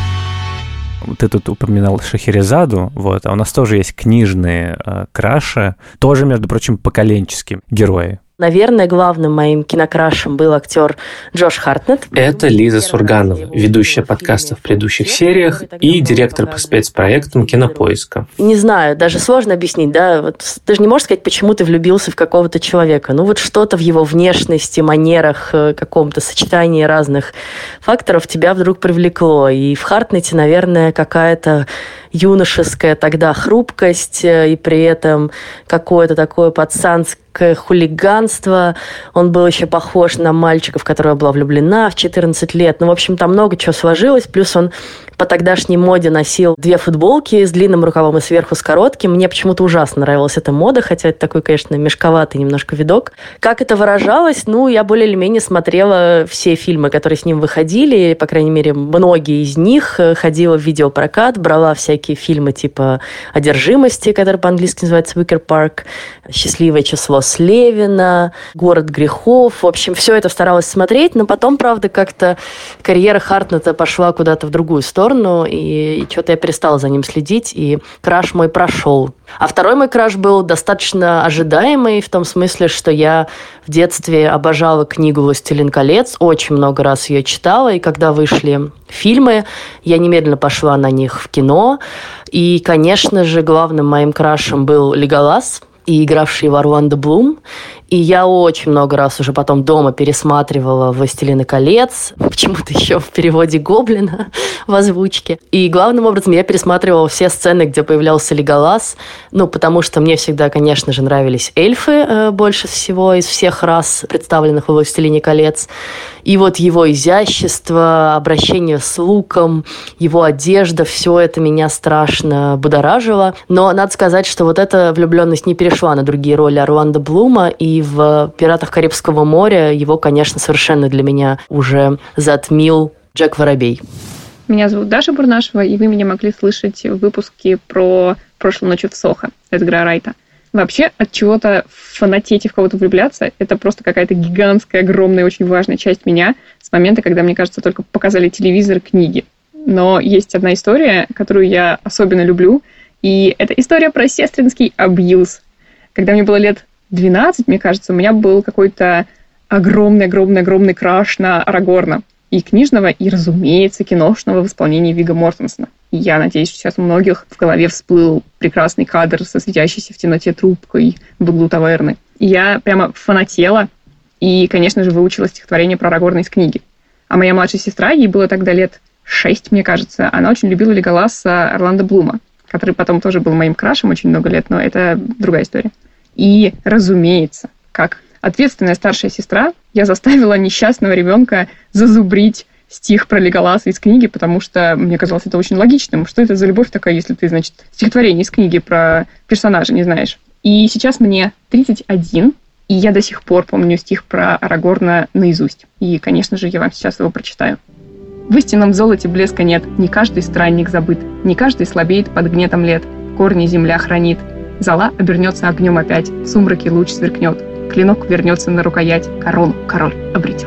Ты тут упоминал Шахерезаду, вот, а у нас тоже есть книжные э, краши, тоже, между прочим, поколенческие герои. Наверное, главным моим кинокрашем был актер Джош Хартнетт. Это Лиза Сурганова, ведущая подкастов в предыдущих сериях и директор по спецпроектам «Кинопоиска». Не знаю, даже сложно объяснить, да, вот ты же не можешь сказать, почему ты влюбился в какого-то человека. Ну вот что-то в его внешности, манерах, каком-то сочетании разных факторов тебя вдруг привлекло. И в Хартнетте, наверное, какая-то юношеская тогда хрупкость и при этом какое-то такое пацанское хулиганство. Он был еще похож на мальчика, в которого я была влюблена в четырнадцать лет. Ну, в общем, там много чего сложилось. Плюс он по тогдашней моде носил две футболки с длинным рукавом и сверху с коротким. Мне почему-то ужасно нравилась эта мода, хотя это такой, конечно, мешковатый немножко видок. Как это выражалось? Ну, я более или менее смотрела все фильмы, которые с ним выходили, по крайней мере, многие из них. Ходила в видеопрокат, брала всякие фильмы типа «Одержимости», который по-английски называется «Wicker Park», «Счастливое число Слевина», «Город грехов». В общем, все это старалась смотреть, но потом, правда, как-то карьера Хартнетта пошла куда-то в другую сторону, и, и что-то я перестала за ним следить, и краш мой прошел. А второй мой краш был достаточно ожидаемый, в том смысле, что я в детстве обожала книгу «Властелин колец», очень много раз ее читала, и когда вышли фильмы, я немедленно пошла на них в кино. И, конечно же, главным моим крашем был Леголас, и игравший его Орландо Блум. И я очень много раз уже потом дома пересматривала «Властелины колец», почему-то еще в переводе Гоблина в озвучке. И главным образом я пересматривала все сцены, где появлялся Леголас, ну, потому что мне всегда, конечно же, нравились эльфы э, больше всего из всех рас, представленных во «Властелине колец». И вот его изящество, обращение с луком, его одежда, все это меня страшно будоражило. Но надо сказать, что вот эта влюбленность не перешла на другие роли Орландо Блума, и в «Пиратах Карибского моря» его, конечно, совершенно для меня уже затмил Джек Воробей. Меня зовут Даша Бурнашева, и вы меня могли слышать в выпуске про «Прошлой ночью в Сохо» Эдгара Райта. Вообще, от чего-то фанатеть и в кого-то влюбляться – это просто какая-то гигантская, огромная, очень важная часть меня с момента, когда, мне кажется, только показали телевизор, книги. Но есть одна история, которую я особенно люблю, и это история про сестринский абьюз. Когда мне было лет двенадцать, мне кажется, у меня был какой-то огромный-огромный-огромный краш на Арагорна. И книжного, и, разумеется, киношного в исполнении Вигго Мортенсена. И я надеюсь, что сейчас у многих в голове всплыл прекрасный кадр со светящейся в темноте трубкой в углу таверны. И я прямо фанатела и, конечно же, выучила стихотворение про Арагорна из книги. А моя младшая сестра, ей было тогда лет шесть, мне кажется, она очень любила Леголаса Орландо Блума, который потом тоже был моим крашем очень много лет, но это другая история. И, разумеется, как ответственная старшая сестра, я заставила несчастного ребенка зазубрить стих про Леголаса из книги, потому что мне казалось это очень логичным. Что это за любовь такая, если ты, значит, стихотворение из книги про персонажа не знаешь? И сейчас мне тридцать один, и я до сих пор помню стих про Арагорна наизусть. И, конечно же, я вам сейчас его прочитаю. В истинном золоте блеска нет, не каждый странник забыт, не каждый слабеет под гнетом лет, корни земля хранит. Зола обернется огнем опять, в сумраке луч сверкнет, клинок вернется на рукоять, корону король обретет.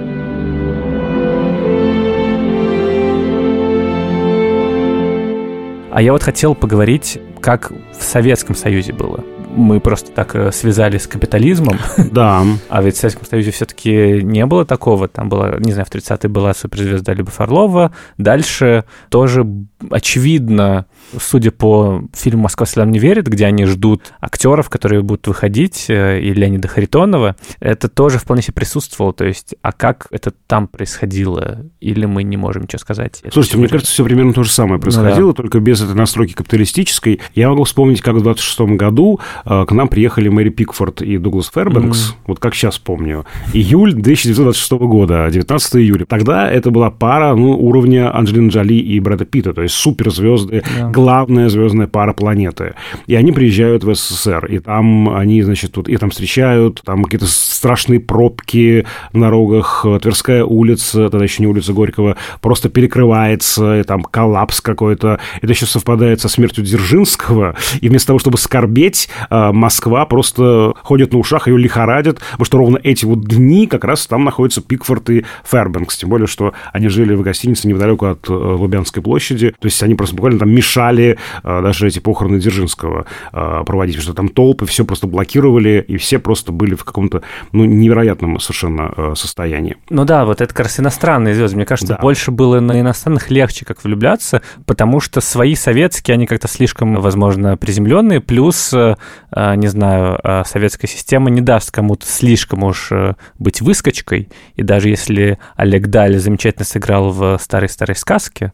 А я вот хотел поговорить, как в Советском Союзе было. Мы просто так связали с капитализмом. Да. А ведь в Советском Союзе все-таки не было такого. Там была, не знаю, в тридцатые была суперзвезда Любовь Орлова. Дальше тоже очевидно, судя по фильму «Москва слезам не верит», где они ждут актеров, которые будут выходить, и Леонида Харитонова, это тоже вполне себе присутствовало. То есть, а как это там происходило? Или мы не можем ничего сказать? Слушайте, мне кажется, все примерно то же самое происходило, ну, да. Только без этой настройки капиталистической. Я могу вспомнить, как в двадцать шестом году к нам приехали Мэри Пикфорд и Дуглас Фэрбэнкс, mm-hmm. вот как сейчас помню. Июль тысяча девятьсот двадцать шестого года, девятнадцатого июля. Тогда это была пара, ну, уровня Анджелины Джоли и Брэда Питта, то есть суперзвезды, yeah. главная звездная пара планеты. И они приезжают в СССР, и там они, значит, тут, и там встречают, там какие-то страшные пробки на дорогах, Тверская улица, тогда еще не улица Горького, просто перекрывается, и там коллапс какой-то. Это еще совпадает со смертью Дзержинского, и вместо того, чтобы скорбеть, Москва просто ходит на ушах, ее лихорадит, потому что ровно эти вот дни как раз там находятся Пикфорд и Фэрбэнкс, тем более, что они жили в гостинице неподалеку от Лубянской площади, то есть они просто буквально там мешали даже эти похороны Дзержинского проводить, потому что там толпы все просто блокировали, и все просто были в каком-то, ну, невероятном совершенно состоянии. Ну да, вот это как раз иностранные звезды. Мне кажется, да. больше было на иностранных легче как влюбляться, потому что свои советские, они как-то слишком, возможно, приземленные, плюс не знаю, советская система не даст кому-то слишком уж быть выскочкой, и даже если Олег Даль замечательно сыграл в «Старой-старой сказке»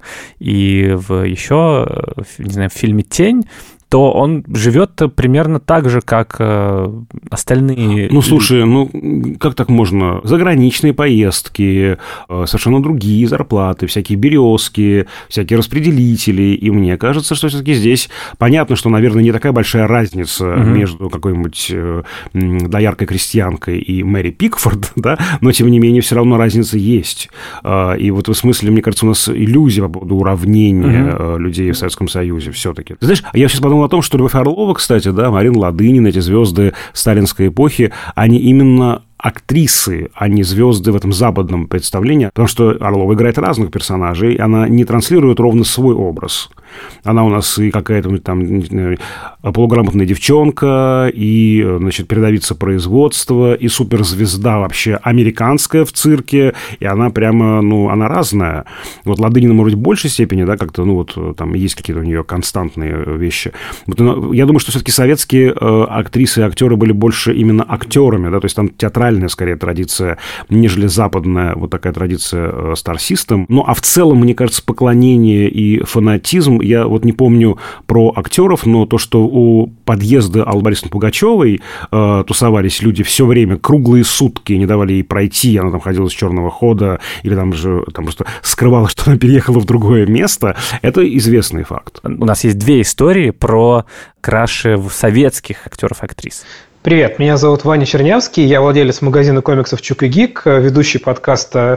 и в еще, не знаю, в фильме «Тень», то он живет примерно так же, как э, остальные. Ну, слушай, ну, как так можно? Заграничные поездки, э, совершенно другие зарплаты, всякие березки, всякие распределители. И мне кажется, что все-таки здесь понятно, что, наверное, не такая большая разница угу. между какой-нибудь э, дояркой крестьянкой и Мэри Пикфорд, да, но, тем не менее, все равно разница есть. Э, и вот в смысле, мне кажется, у нас иллюзия по поводу уравнения угу. людей в Советском Союзе все-таки. Ты знаешь, я сейчас подумал о том, что Любовь Орлова, кстати, да, Марина Ладынина, эти звезды сталинской эпохи, они именно актрисы, а не звезды в этом западном представлении, потому что Орлова играет разных персонажей, она не транслирует ровно свой образ. Она у нас и какая-то там полуграмотная девчонка, и, значит, передовица производства, и суперзвезда вообще американская в цирке, и она прямо, ну, она разная. Вот Ладынина, может быть, в большей степени, да, как-то, ну, вот там есть какие-то у нее константные вещи. Вот, я думаю, что все-таки советские э, актрисы и актеры были больше именно актерами, да, то есть там театральная, скорее, традиция, нежели западная вот такая традиция э, Star System. Ну, а в целом, мне кажется, поклонение и фанатизм, я вот не помню про актеров, но то, что у подъезда Аллы Борисовны Пугачевой э, тусовались люди все время, круглые сутки, не давали ей пройти, она там ходила с черного хода, или там же там просто скрывала, что она переехала в другое место, это известный факт. У нас есть две истории про краши советских актеров и актрис. Привет, меня зовут Ваня Чернявский, я владелец магазина комиксов «Чук и Гик», ведущий подкаста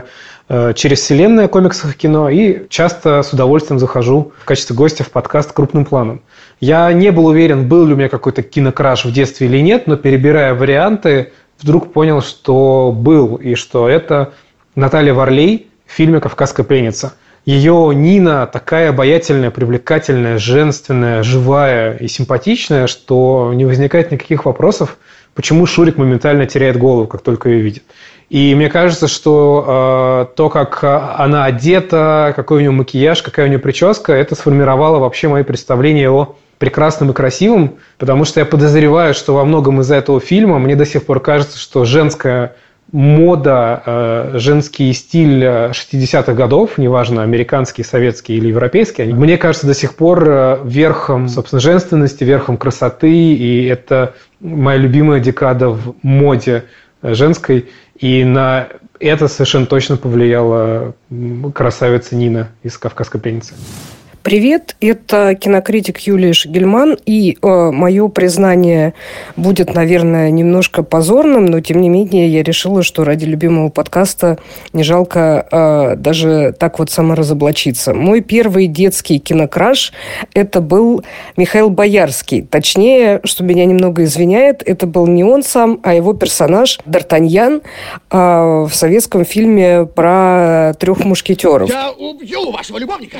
через вселенную комиксов и кино, и часто с удовольствием захожу в качестве гостя в подкаст «Крупным планом». Я не был уверен, был ли у меня какой-то кинокраш в детстве или нет, но перебирая варианты, вдруг понял, что был, и что это Наталья Варлей в фильме «Кавказская пленница». Ее Нина такая обаятельная, привлекательная, женственная, живая и симпатичная, что не возникает никаких вопросов, почему Шурик моментально теряет голову, как только ее видит. И мне кажется, что э, то, как она одета, какой у нее макияж, какая у нее прическа, это сформировало вообще мои представления о прекрасном и красивом, потому что я подозреваю, что во многом из-за этого фильма мне до сих пор кажется, что женская мода, э, женский стиль шестидесятых годов, неважно, американский, советский или европейский, они, мне кажется, до сих пор э, верхом, собственно, женственности, верхом красоты, и это моя любимая декада в моде женской, и на это совершенно точно повлияла красавица Нина из «Кавказской пленницы». Привет, это кинокритик Юлия Шагельман, и э, мое признание будет, наверное, немножко позорным, но, тем не менее, я решила, что ради любимого подкаста не жалко э, даже так вот саморазоблачиться. Мой первый детский кинокраш – это был Михаил Боярский. Точнее, что меня немного извиняет, это был не он сам, а его персонаж Д'Артаньян э, в советском фильме про трех мушкетеров. Я убью вашего любовника!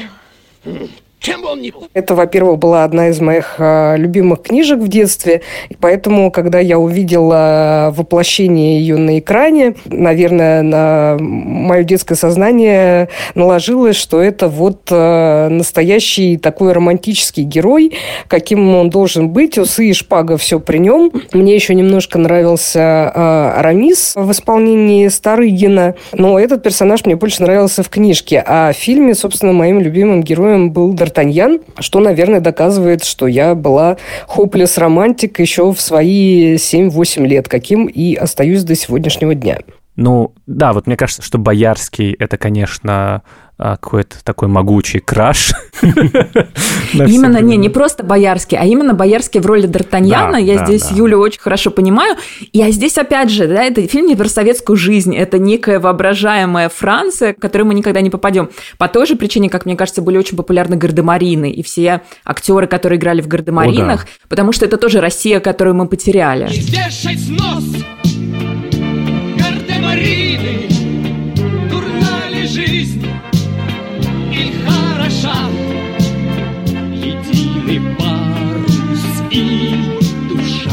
Чем бы он ни был. Это, во-первых, была одна из моих э, любимых книжек в детстве, и поэтому, когда я увидела воплощение ее на экране, наверное, на мое детское сознание наложилось, что это вот э, настоящий такой романтический герой, каким он должен быть, усы и шпага, все при нем. Мне еще немножко нравился э, Арамис в исполнении Старыгина, но этот персонаж мне больше нравился в книжке, а в фильме, собственно, моим любимым героем был Д'Артаньян, что, наверное, доказывает, что я была хоплес-романтик еще в свои семь-восемь лет, каким и остаюсь до сегодняшнего дня. Ну, да, вот мне кажется, что Боярский – это, конечно, какой-то такой могучий краш. Именно, не, не просто Боярский, а именно Боярский в роли Д'Артаньяна. Да, я да, здесь да. Юлю очень хорошо понимаю. И а здесь, опять же, да, это фильм не про советскую жизнь, это некая воображаемая Франция, в которую мы никогда не попадем. По той же причине, как мне кажется, были очень популярны гардемарины и все актеры, которые играли в гардемаринах, О, да. потому что это тоже Россия, которую мы потеряли. Гардемарины, дурна ли жизнь или хороша? Единый парус и душа,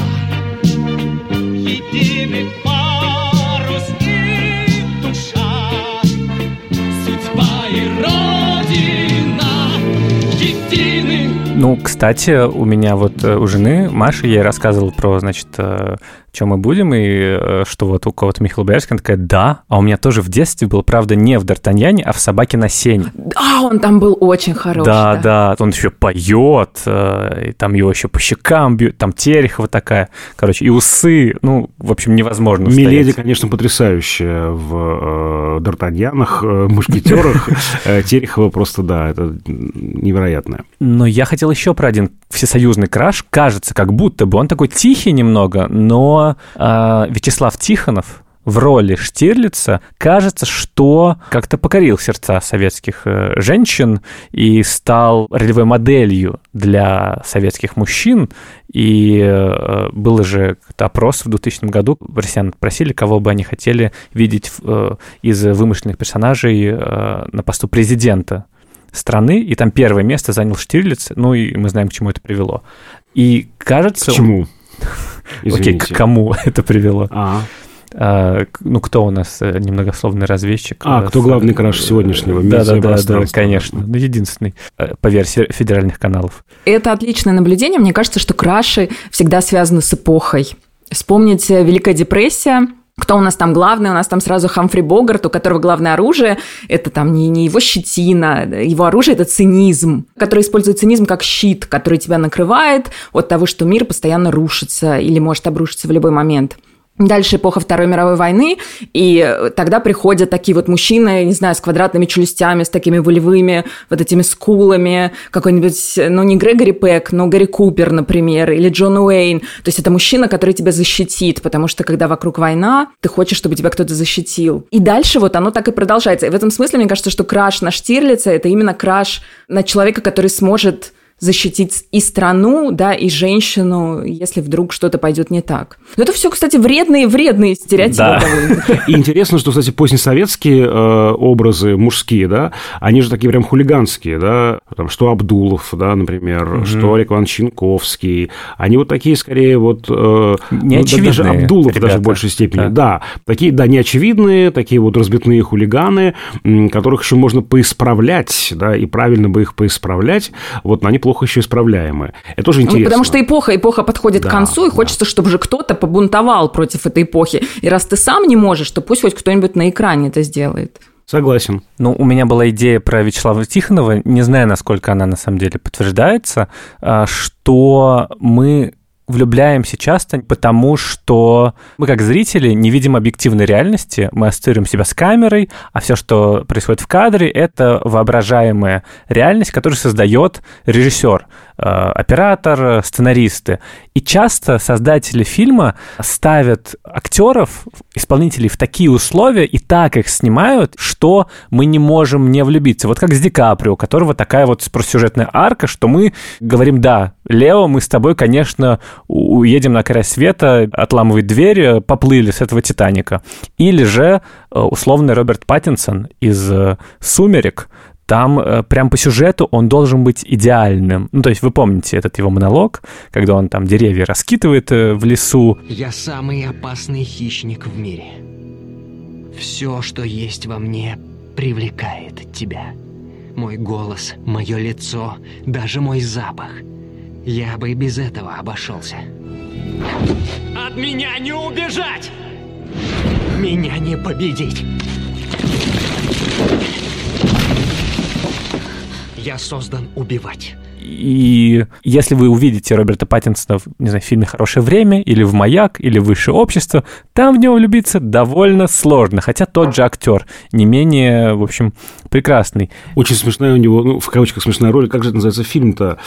единый парус и душа, судьба и родина едины. Ну, кстати, у меня вот у жены Маши, я ей рассказывал про, значит, чем мы будем, и что вот у кого-то Михаил Боярский, она такая, да, а у меня тоже в детстве был, правда, не в Д'Артаньяне, а в «Собаке на сене». Да, он там был очень хороший. Да, да, да, он еще поет, и там его еще по щекам бьют, там Терехова такая, короче, и усы, ну, в общем, невозможно устоять. Миледи, конечно, потрясающая в Д'Артаньянах, мушкетерах, Терехова просто, да, это невероятное. Но я хотел еще про один всесоюзный краш, кажется, как будто бы он такой тихий немного, но э, Вячеслав Тихонов в роли Штирлица, кажется, что как-то покорил сердца советских э, женщин и стал ролевой моделью для советских мужчин. И э, был же опрос в двухтысячном году, россиян просили, кого бы они хотели видеть э, из вымышленных персонажей э, на посту президента страны, и там первое место занял Штирлиц, ну и мы знаем, к чему это привело. И кажется... К чему? Окей, к кому это привело? А. А, ну, кто у нас немногословный разведчик? А, кто главный краш сегодняшнего медиапространства? Да, да, да, конечно. Ну, единственный, по версии федеральных каналов. Это отличное наблюдение. Мне кажется, что краши всегда связаны с эпохой. Вспомните Великая депрессия. Кто у нас там главный? У нас там сразу Хамфри Богарт, у которого главное оружие – это там не, не его щетина, его оружие – это цинизм, который использует цинизм как щит, который тебя накрывает от того, что мир постоянно рушится или может обрушиться в любой момент. Дальше эпоха Второй мировой войны, и тогда приходят такие вот мужчины, не знаю, с квадратными челюстями, с такими волевыми вот этими скулами, какой-нибудь, ну, не Грегори Пек, но Гарри Купер, например, или Джон Уэйн. То есть это мужчина, который тебя защитит, потому что когда вокруг война, ты хочешь, чтобы тебя кто-то защитил. И дальше вот оно так и продолжается. И в этом смысле, мне кажется, что краш на Штирлица – это именно краш на человека, который сможет защитить и страну, да, и женщину, если вдруг что-то пойдет не так. Но это все, кстати, вредные-вредные стереотипы. Да. И интересно, что, кстати, позднесоветские э, образы мужские, да, они же такие прям хулиганские, да, там, что Абдулов, да, например, mm-hmm. что Олег Иванович Янковский, они вот такие, скорее, вот... Э, неочевидные, даже Абдулов ребята. Даже в большей степени, да. да. да. Такие, да, неочевидные, такие вот разбитные хулиганы, которых еще можно поисправлять, да, и правильно бы их поисправлять, вот, но они плохо еще исправляемые. Это тоже интересно. Ну, потому что эпоха, эпоха подходит да, к концу, и да. хочется, чтобы же кто-то побунтовал против этой эпохи. И раз ты сам не можешь, то пусть хоть кто-нибудь на экране это сделает. Согласен. Ну, у меня была идея про Вячеслава Тихонова, не знаю, насколько она на самом деле подтверждается, что мы влюбляемся часто, потому что мы, как зрители, не видим объективной реальности, мы ассоциируем себя с камерой, а все, что происходит в кадре, это воображаемая реальность, которую создает режиссер, оператор, сценаристы. И часто создатели фильма ставят актеров, исполнителей в такие условия и так их снимают, что мы не можем не влюбиться. Вот как с Ди Каприо, у которого такая вот сюжетная арка, что мы говорим: да, Лео, мы с тобой, конечно, уедем на край света, отламывай дверь, поплыли с этого «Титаника». Или же условный Роберт Паттинсон из «Сумерек», там прям по сюжету он должен быть идеальным. Ну, то есть вы помните этот его монолог, когда он там деревья раскидывает в лесу. «Я самый опасный хищник в мире. Все, что есть во мне, привлекает тебя. Мой голос, мое лицо, даже мой запах. Я бы и без этого обошелся. От меня не убежать! Меня не победить! Я создан убивать». И если вы увидите Роберта Паттинсона, не знаю, в фильме «Хорошее время» или в «Маяк», или «Высшее общество», там в него влюбиться довольно сложно, хотя тот же актер не менее, в общем, прекрасный. Очень смешная у него, ну, в кавычках смешная роль, как же это называется фильм-то,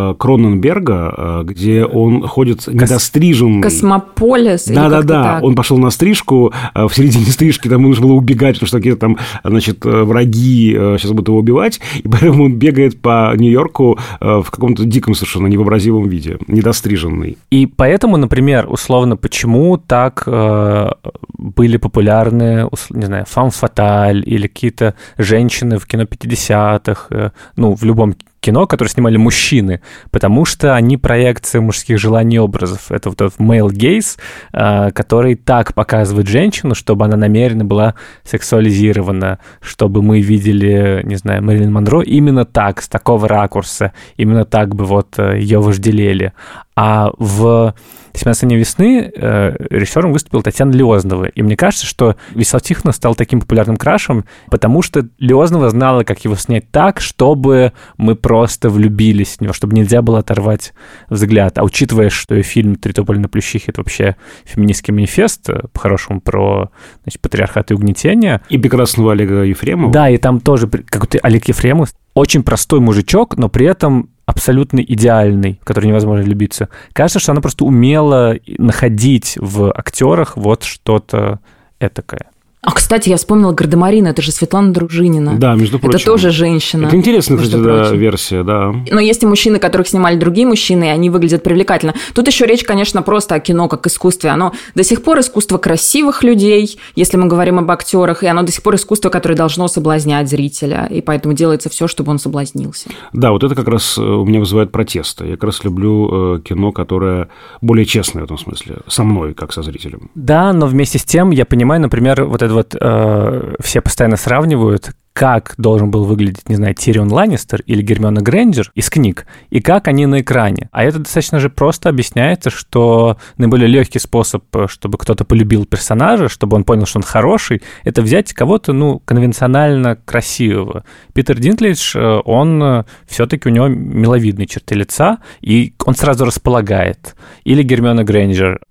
Кроненберга, где он ходит недостриженный. «Космополис». Да-да-да, он пошел на стрижку, в середине стрижки там нужно было убегать, потому что какие-то там, значит, враги сейчас будут его убивать, и поэтому он бегает по Нью-Йорку в каком-то диком совершенно невообразимом виде, недостриженный. И поэтому, например, условно, почему так э, были популярны, не знаю, «Фам фаталь» или какие-то женщины в кино пятидесятых, э, ну, в любом кино, которое снимали мужчины, потому что они проекция мужских желаний и образов. Это вот этот male gaze, э, который так показывает женщину, чтобы она намеренно была сексуализирована, чтобы мы видели, не знаю, Мэрилин Монро именно так, с такого ракурса, именно так бы вот ее вожделели. А в «семнадцать дней весны» э, режиссером выступила Татьяна Леознова. И мне кажется, что Вячеслав Тихонов стал таким популярным крашем, потому что Леознова знала, как его снять так, чтобы мы просто влюбились в него, чтобы нельзя было оторвать взгляд. А учитывая, что фильм «Три тополя на плющихе» — это вообще феминистский манифест, по-хорошему, про, значит, патриархат и угнетение. И прекрасного Олега Ефремова. Да, и там тоже какой-то Олег Ефремов. Очень простой мужичок, но при этом абсолютно идеальный, в который невозможно влюбиться. Кажется, что она просто умела находить в актерах вот что-то этакое. А, кстати, я вспомнила Гардемарину, это же Светлана Дружинина. Да, между прочим. Это тоже женщина. Это интересная, кстати, да, версия, да. Но есть и мужчины, которых снимали другие мужчины, и они выглядят привлекательно. Тут еще речь, конечно, просто о кино как искусстве. Оно до сих пор искусство красивых людей, если мы говорим об актерах, и оно до сих пор искусство, которое должно соблазнять зрителя, и поэтому делается все, чтобы он соблазнился. Да, вот это как раз у меня вызывает протест. Я как раз люблю кино, которое более честное в этом смысле, со мной, как со зрителем. Да, но вместе с тем я понимаю, например, вот это вот э, все постоянно сравнивают, как должен был выглядеть, не знаю, Тирион Ланнистер или Гермиона Грейнджер из книг, и как они на экране. А это достаточно же просто объясняется, что наиболее легкий способ, чтобы кто-то полюбил персонажа, чтобы он понял, что он хороший, это взять кого-то, ну, конвенционально красивого. Питер Динклэйдж, он все-таки, у него миловидные черты лица, и он сразу располагает. Или Гермиона Грейнджер.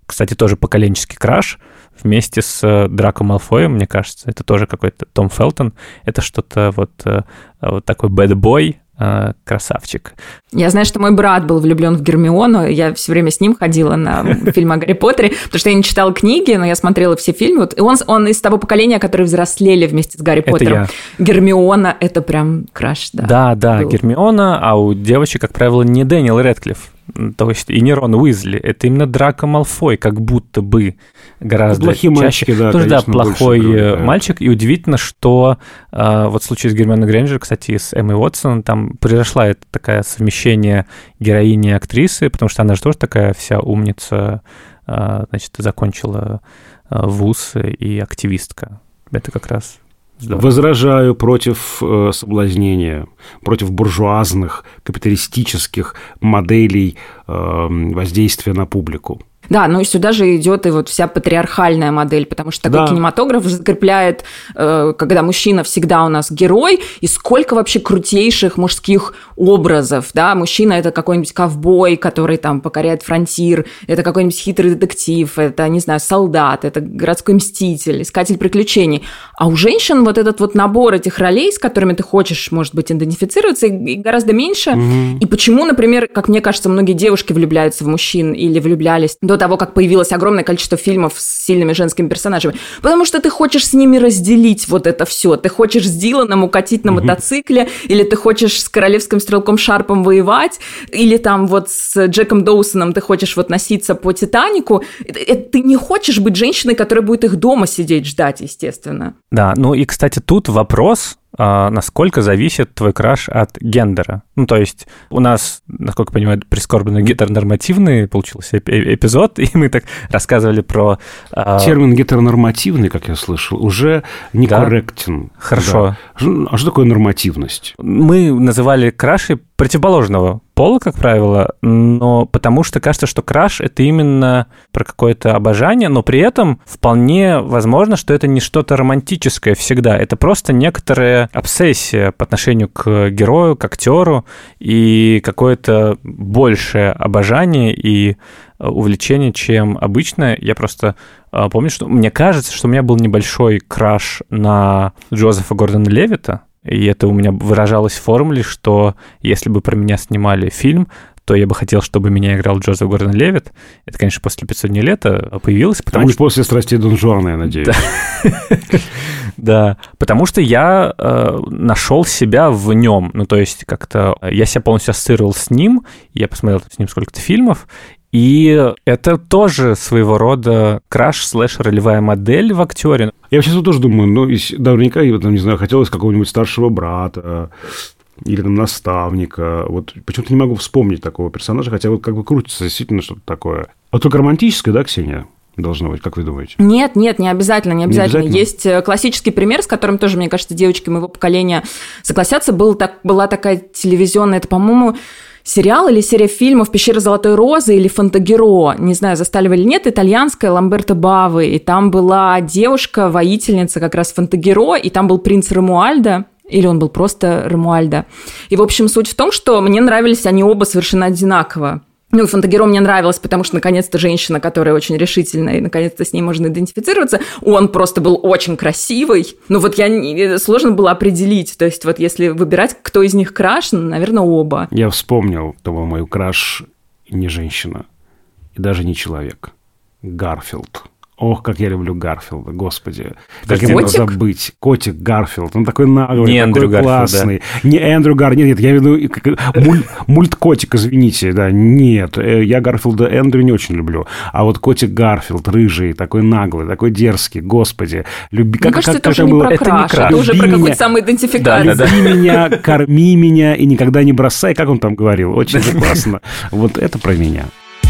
кстати, тоже поколенческий краш, вместе с Драко Малфоем, мне кажется. Это тоже какой-то Том Фелтон. Это что-то вот, вот такой бэд-бой, красавчик. Я знаю, что мой брат был влюблен в Гермиону. Я все время с ним ходила на фильм о Гарри Поттере, потому что я не читала книги, но я смотрела все фильмы. Вот, и он, он из того поколения, которые взрослели вместе с Гарри это Поттером. Я. Гермиона – это прям краш, да. Да, да, был. Гермиона, а у девочек, как правило, не Дэниел Рэдклифф. То есть и не Рон Уизли, это именно Драко Малфой, как будто бы гораздо плохие чаще. Мальчики, да, тоже, конечно, да, плохой больше, да. мальчик. И удивительно, что э, вот в случае с Гермионой Грейнджер, кстати, с Эммой Уотсон, там произошла это такое совмещение героини и актрисы, потому что она же тоже такая вся умница, э, значит, закончила э, вуз и активистка. Это как раз... Здорово. Возражаю против э, соблазнения, против буржуазных, капиталистических моделей э, воздействия на публику. Да, ну и сюда же идет и вот вся патриархальная модель, потому что такой да. кинематограф закрепляет, э, когда мужчина всегда у нас герой, и сколько вообще крутейших мужских образов, да, мужчина – это какой-нибудь ковбой, который там покоряет фронтир, это какой-нибудь хитрый детектив, это, не знаю, солдат, это городской мститель, искатель приключений, а у женщин вот этот вот набор этих ролей, с которыми ты хочешь, может быть, идентифицироваться, и гораздо меньше, mm-hmm. и почему, например, как мне кажется, многие девушки влюбляются в мужчин или влюблялись до того, как появилось огромное количество фильмов с сильными женскими персонажами. Потому что ты хочешь с ними разделить вот это все. Ты хочешь с Диланом укатить на mm-hmm. мотоцикле, или ты хочешь с королевским стрелком Шарпом воевать, или там вот с Джеком Доусоном ты хочешь вот носиться по Титанику. Ты не хочешь быть женщиной, которая будет их дома сидеть ждать, естественно. Да, ну и, кстати, тут вопрос... насколько зависит твой краш от гендера. Ну, то есть у нас, насколько я понимаю, прискорбно гетеронормативный получился эпизод, и мы так рассказывали про... Термин гетеронормативный, как я слышал, уже некорректен. Да? Хорошо. Да. А что такое нормативность? Мы называли краши противоположного пола, как правило, но потому что кажется, что краш — это именно про какое-то обожание, но при этом вполне возможно, что это не что-то романтическое всегда, это просто некоторая обсессия по отношению к герою, к актеру, и какое-то большее обожание и увлечение, чем обычно. Я просто помню, что мне кажется, что у меня был небольшой краш на Джозефа Гордона-Левитта, и это у меня выражалось в формуле, что если бы про меня снимали фильм, то я бы хотел, чтобы меня играл Джозеф Гордон-Левитт. Это, конечно, после «пятьсот дней лета» появилось. А не после «Страстей Дон Жуана», я надеюсь. Да, потому что я нашел себя в нем. Ну, то есть как-то я себя полностью ассоциировал с ним, я посмотрел с ним сколько-то фильмов, и это тоже своего рода краш слэш ролевая модель в актере. Я сейчас тоже думаю, ну, наверняка, там, не знаю, хотелось какого-нибудь старшего брата или там наставника. Вот почему-то не могу вспомнить такого персонажа, хотя вот как бы крутится действительно что-то такое. А только романтическое, да, Ксения? Должно быть, как вы думаете? Нет, нет, не обязательно, не обязательно. Не обязательно? Есть классический пример, с которым тоже, мне кажется, девочки моего поколения согласятся. Был так, была такая телевизионная, это, по-моему, сериал или серия фильмов «Пещера Золотой Розы» или «Фантагиро», не знаю, застали вы или нет, итальянская, Ламберто Бавы, и там была девушка-воительница как раз Фантагиро, и там был принц Ромуальдо, или он был просто Ромуальдо. И, в общем, суть в том, что мне нравились они оба совершенно одинаково. Ну, и Фантагиро мне нравилось, потому что, наконец-то, женщина, которая очень решительная, и, наконец-то, с ней можно идентифицироваться. Он просто был очень красивый. Ну, вот я... Сложно было определить. То есть, вот если выбирать, кто из них краш, ну, наверное, оба. Я вспомнил, кто был мой краш, не женщина, и даже не человек. Гарфилд. Ох, как я люблю Гарфилда, господи. Как я могу забыть. Котик Гарфилд. Он такой наглый, не такой Эндрю классный. Гарфилд, да. Не Эндрю Гарфилд. Нет, нет, я имею в виду муль, мульт-котик, извините. Да, нет, я Гарфилда Эндрю не очень люблю. А вот котик Гарфилд, рыжий, такой наглый, такой дерзкий, господи. Люби... Мне как, кажется, как, это, как уже не про краш, это, это уже про какую-то самоидентификацию. Да, люби да, меня, корми меня и никогда не бросай. Как он там говорил? Очень классно. Вот это про меня.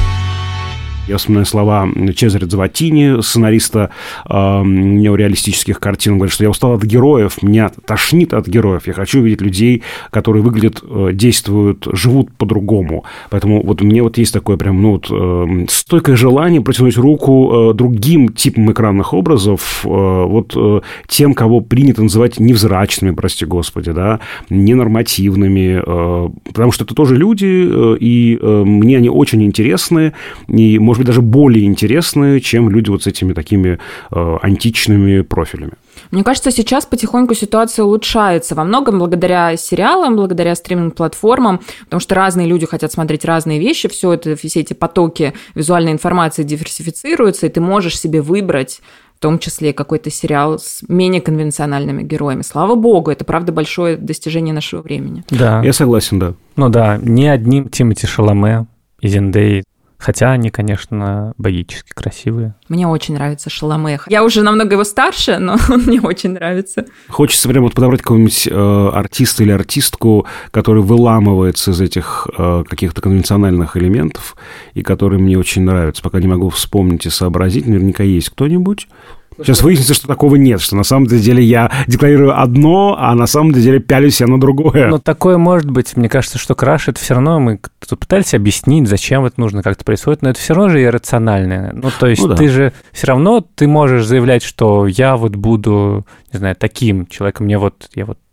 Я вспоминаю слова Чезаре Дзаватини, сценариста э, неореалистических картин. Он говорит, что я устал от героев, меня тошнит от героев. Я хочу видеть людей, которые выглядят, э, действуют, живут по-другому. Поэтому вот у меня вот есть такое прям, ну, вот, э, стойкое желание протянуть руку э, другим типам экранных образов, э, вот э, тем, кого принято называть невзрачными, прости господи, да, ненормативными, э, потому что это тоже люди, э, и э, мне они очень интересны, и, может может быть, даже более интересны, чем люди вот с этими такими э, античными профилями. Мне кажется, сейчас потихоньку ситуация улучшается. Во многом благодаря сериалам, благодаря стриминг-платформам, потому что разные люди хотят смотреть разные вещи, все это, все эти потоки визуальной информации диверсифицируются, и ты можешь себе выбрать в том числе какой-то сериал с менее конвенциональными героями. Слава богу, это, правда, большое достижение нашего времени. Да. Я согласен, да. Ну да, ни одним Тимоти Шаломе и Зендей, хотя они, конечно, богически красивые. Мне очень нравится Шаломе. Я уже намного его старше, но он мне очень нравится. Хочется прямо вот подобрать какого-нибудь э, артиста или артистку, который выламывается из этих э, каких-то конвенциональных элементов, и который мне очень нравится. Пока не могу вспомнить и сообразить. Наверняка есть кто-нибудь. Сейчас выяснится, что такого нет, что на самом деле я декларирую одно, а на самом деле пялюсь я на другое. Но такое может быть. Мне кажется, что краш — это все равно мы тут пытались объяснить, зачем это нужно, как это происходит, но это все равно же иррациональное. Ну, то есть ну, да. ты же все равно ты можешь заявлять, что я вот буду, не знаю, таким человеком, мне вот, я вот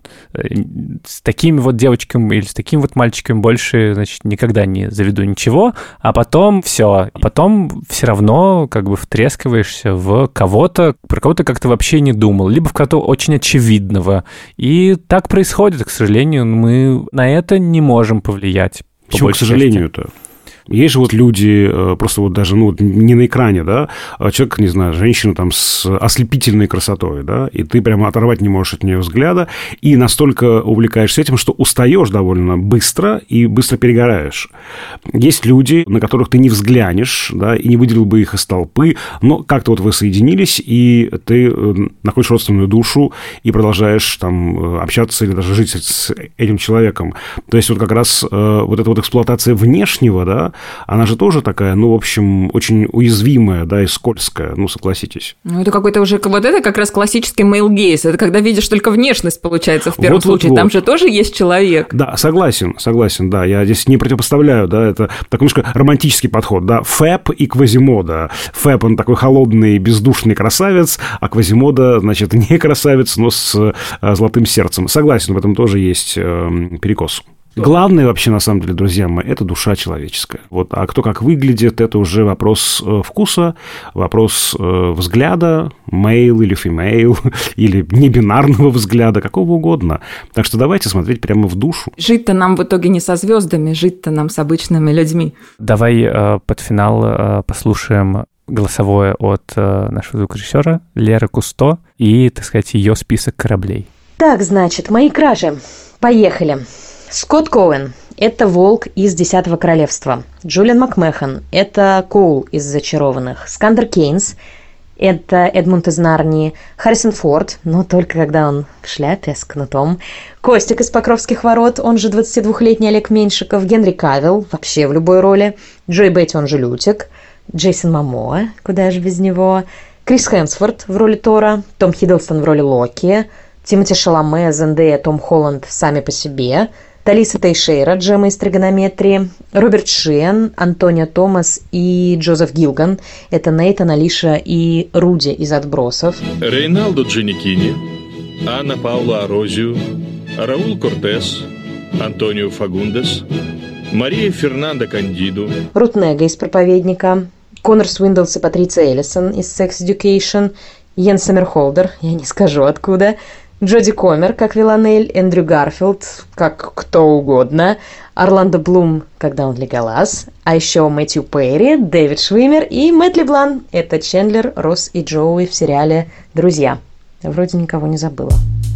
с такими вот девочками или с таким вот мальчиком больше, значит, никогда не заведу ничего, а потом все. А потом все равно как бы втрескиваешься в кого-то, про кого-то как-то вообще не думал, либо в кого-то очень очевидного. И так происходит, к сожалению, мы на это не можем повлиять. Почему, к сожалению-то? Есть же вот люди, просто вот даже, ну, не на экране, да, а человек, не знаю, женщина там с ослепительной красотой, да, и ты прямо оторвать не можешь от нее взгляда, и настолько увлекаешься этим, что устаешь довольно быстро и быстро перегораешь. Есть люди, на которых ты не взглянешь, да, и не выделил бы их из толпы, но как-то вот вы соединились, и ты находишь родственную душу и продолжаешь там общаться или даже жить с этим человеком. То есть вот как раз вот эта вот эксплуатация внешнего, да, она же тоже такая, ну, в общем, очень уязвимая, да, и скользкая, ну, согласитесь. Ну, это какой-то уже, вот это как раз классический male gaze, это когда видишь только внешность, получается, в первом вот, случае, вот, там вот. Же тоже есть человек. Да, согласен, согласен, да, я здесь не противопоставляю, да, это такой немножко романтический подход, да, Фэб и Квазимода. Фэб, он такой холодный, бездушный красавец, а Квазимода, значит, не красавец, но с золотым сердцем. Согласен, в этом тоже есть э, перекос. Главное вообще, на самом деле, друзья мои, это душа человеческая. Вот, а кто как выглядит, это уже вопрос вкуса, вопрос взгляда, male или female, или небинарного взгляда, какого угодно. Так что давайте смотреть прямо в душу. Жить-то нам в итоге не со звездами, жить-то нам с обычными людьми. Давай э, под финал э, послушаем голосовое от э, нашего звукорежиссера Леры Кусто и, так сказать, ее список кораблей. Так, значит, мои кражи. Поехали. Скотт Коуэн – это волк из «Десятого королевства». Джулиан Макмехан – это Коул из «Зачарованных». Скандер Кейнс – это Эдмунд из Нарнии. Харрисон Форд, но только когда он в шляпе с кнутом. Костик из «Покровских ворот», он же двадцатидвухлетний Олег Меньшиков. Генри Кавилл, вообще в любой роли. Джой Бетти, он же Лютик. Джейсон Момоа, куда же без него. Крис Хемсворт в роли Тора. Том Хиддлстон в роли Локи. Тимоти Шаломе, Зендея, Том Холланд сами по себе. Талиса Тейшейра, Джема из «Тригонометрии», Роберт Шиен, Антонио Томас и Джозеф Гилган. Это Нейтан, Алиша и Руди из «Отбросов». Рейналдо Джаникини, Анна Паула Арозио, Раул Кортес, Антонио Фагундес, Мария Фернандо Кандиду. Рут Нега из «Проповедника», Конор Свиндлс и Патриция Эллисон из «Sex Education», Йен Саммерхолдер, я не скажу откуда, Джоди Комер, как Виланель, Эндрю Гарфилд, как кто угодно, Орландо Блум, когда он Леголас, а еще Мэтью Перри, Дэвид Швиммер и Мэтт Леблан. Это Чендлер, Росс и Джоуи в сериале «Друзья». Вроде никого не забыла.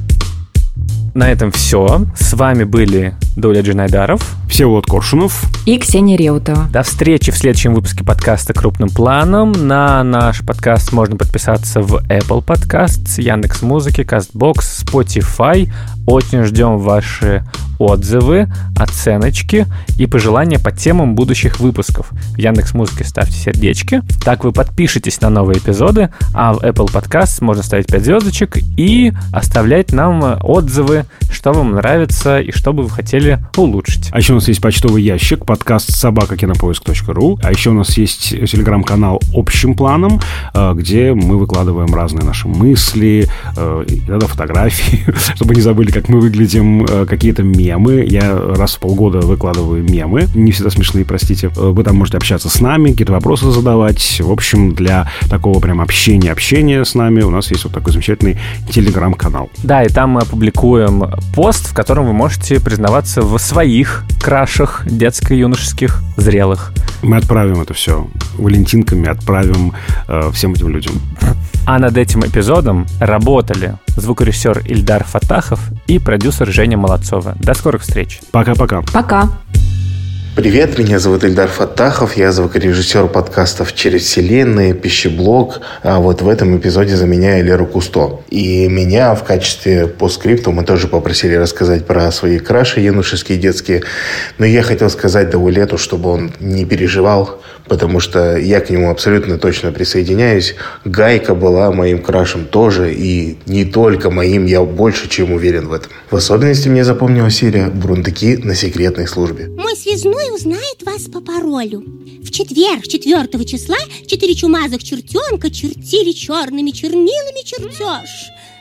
На этом все. С вами были Доля Джинайдаров, Всеволод Коршунов и Ксения Реутова. До встречи в следующем выпуске подкаста «Крупным планом». На наш подкаст можно подписаться в Apple Podcasts, Яндекс.Музыке, Castbox, Spotify. Очень ждем ваши отзывы, оценочки и пожелания по темам будущих выпусков. В Яндекс.Музыке ставьте сердечки. Так вы подпишетесь на новые эпизоды, а в Apple Podcasts можно ставить пять звездочек и оставлять нам отзывы, что вам нравится и что бы вы хотели или улучшить. А еще у нас есть почтовый ящик, подкаст собака кинопоиск точка ру. А еще у нас есть телеграм-канал «Общим планом», где мы выкладываем разные наши мысли, иногда фотографии, чтобы не забыли, как мы выглядим, какие-то мемы. Я раз в полгода выкладываю мемы, не всегда смешные, простите. Вы там можете общаться с нами, какие-то вопросы задавать. В общем, для такого прям общения-общения с нами у нас есть вот такой замечательный телеграм-канал. Да, и там мы опубликуем пост, в котором вы можете признаваться в своих крашах детско-юношеских, зрелых. Мы отправим это все валентинками, отправим э, всем этим людям. А над этим эпизодом работали звукорежиссер Ильдар Фатахов и продюсер Женя Молодцова. До скорых встреч. Пока-пока. Пока. Привет, меня зовут Ильдар Фатахов, я звукорежиссер подкастов «Через вселенные», «Пищеблок», а вот в этом эпизоде заменяю Леру Кусто. И меня в качестве постскрипту мы тоже попросили рассказать про свои краши юношеские, детские, но я хотел сказать Даулету, чтобы он не переживал, потому что я к нему абсолютно точно присоединяюсь. Гайка была моим крашем тоже, и не только моим, я больше чем уверен в этом. В особенности мне запомнилась серия «Бурундуки на секретной службе». Мой связной узнает вас по паролю. В четверг, четвертого числа, четыре чумазых чертенка чертили черными чернилами чертеж.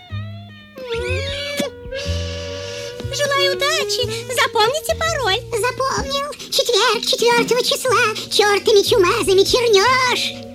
Желаю удачи. Запомните пароль. Запомнил. Четверг, четвертого числа, чертами чумазами чернеж.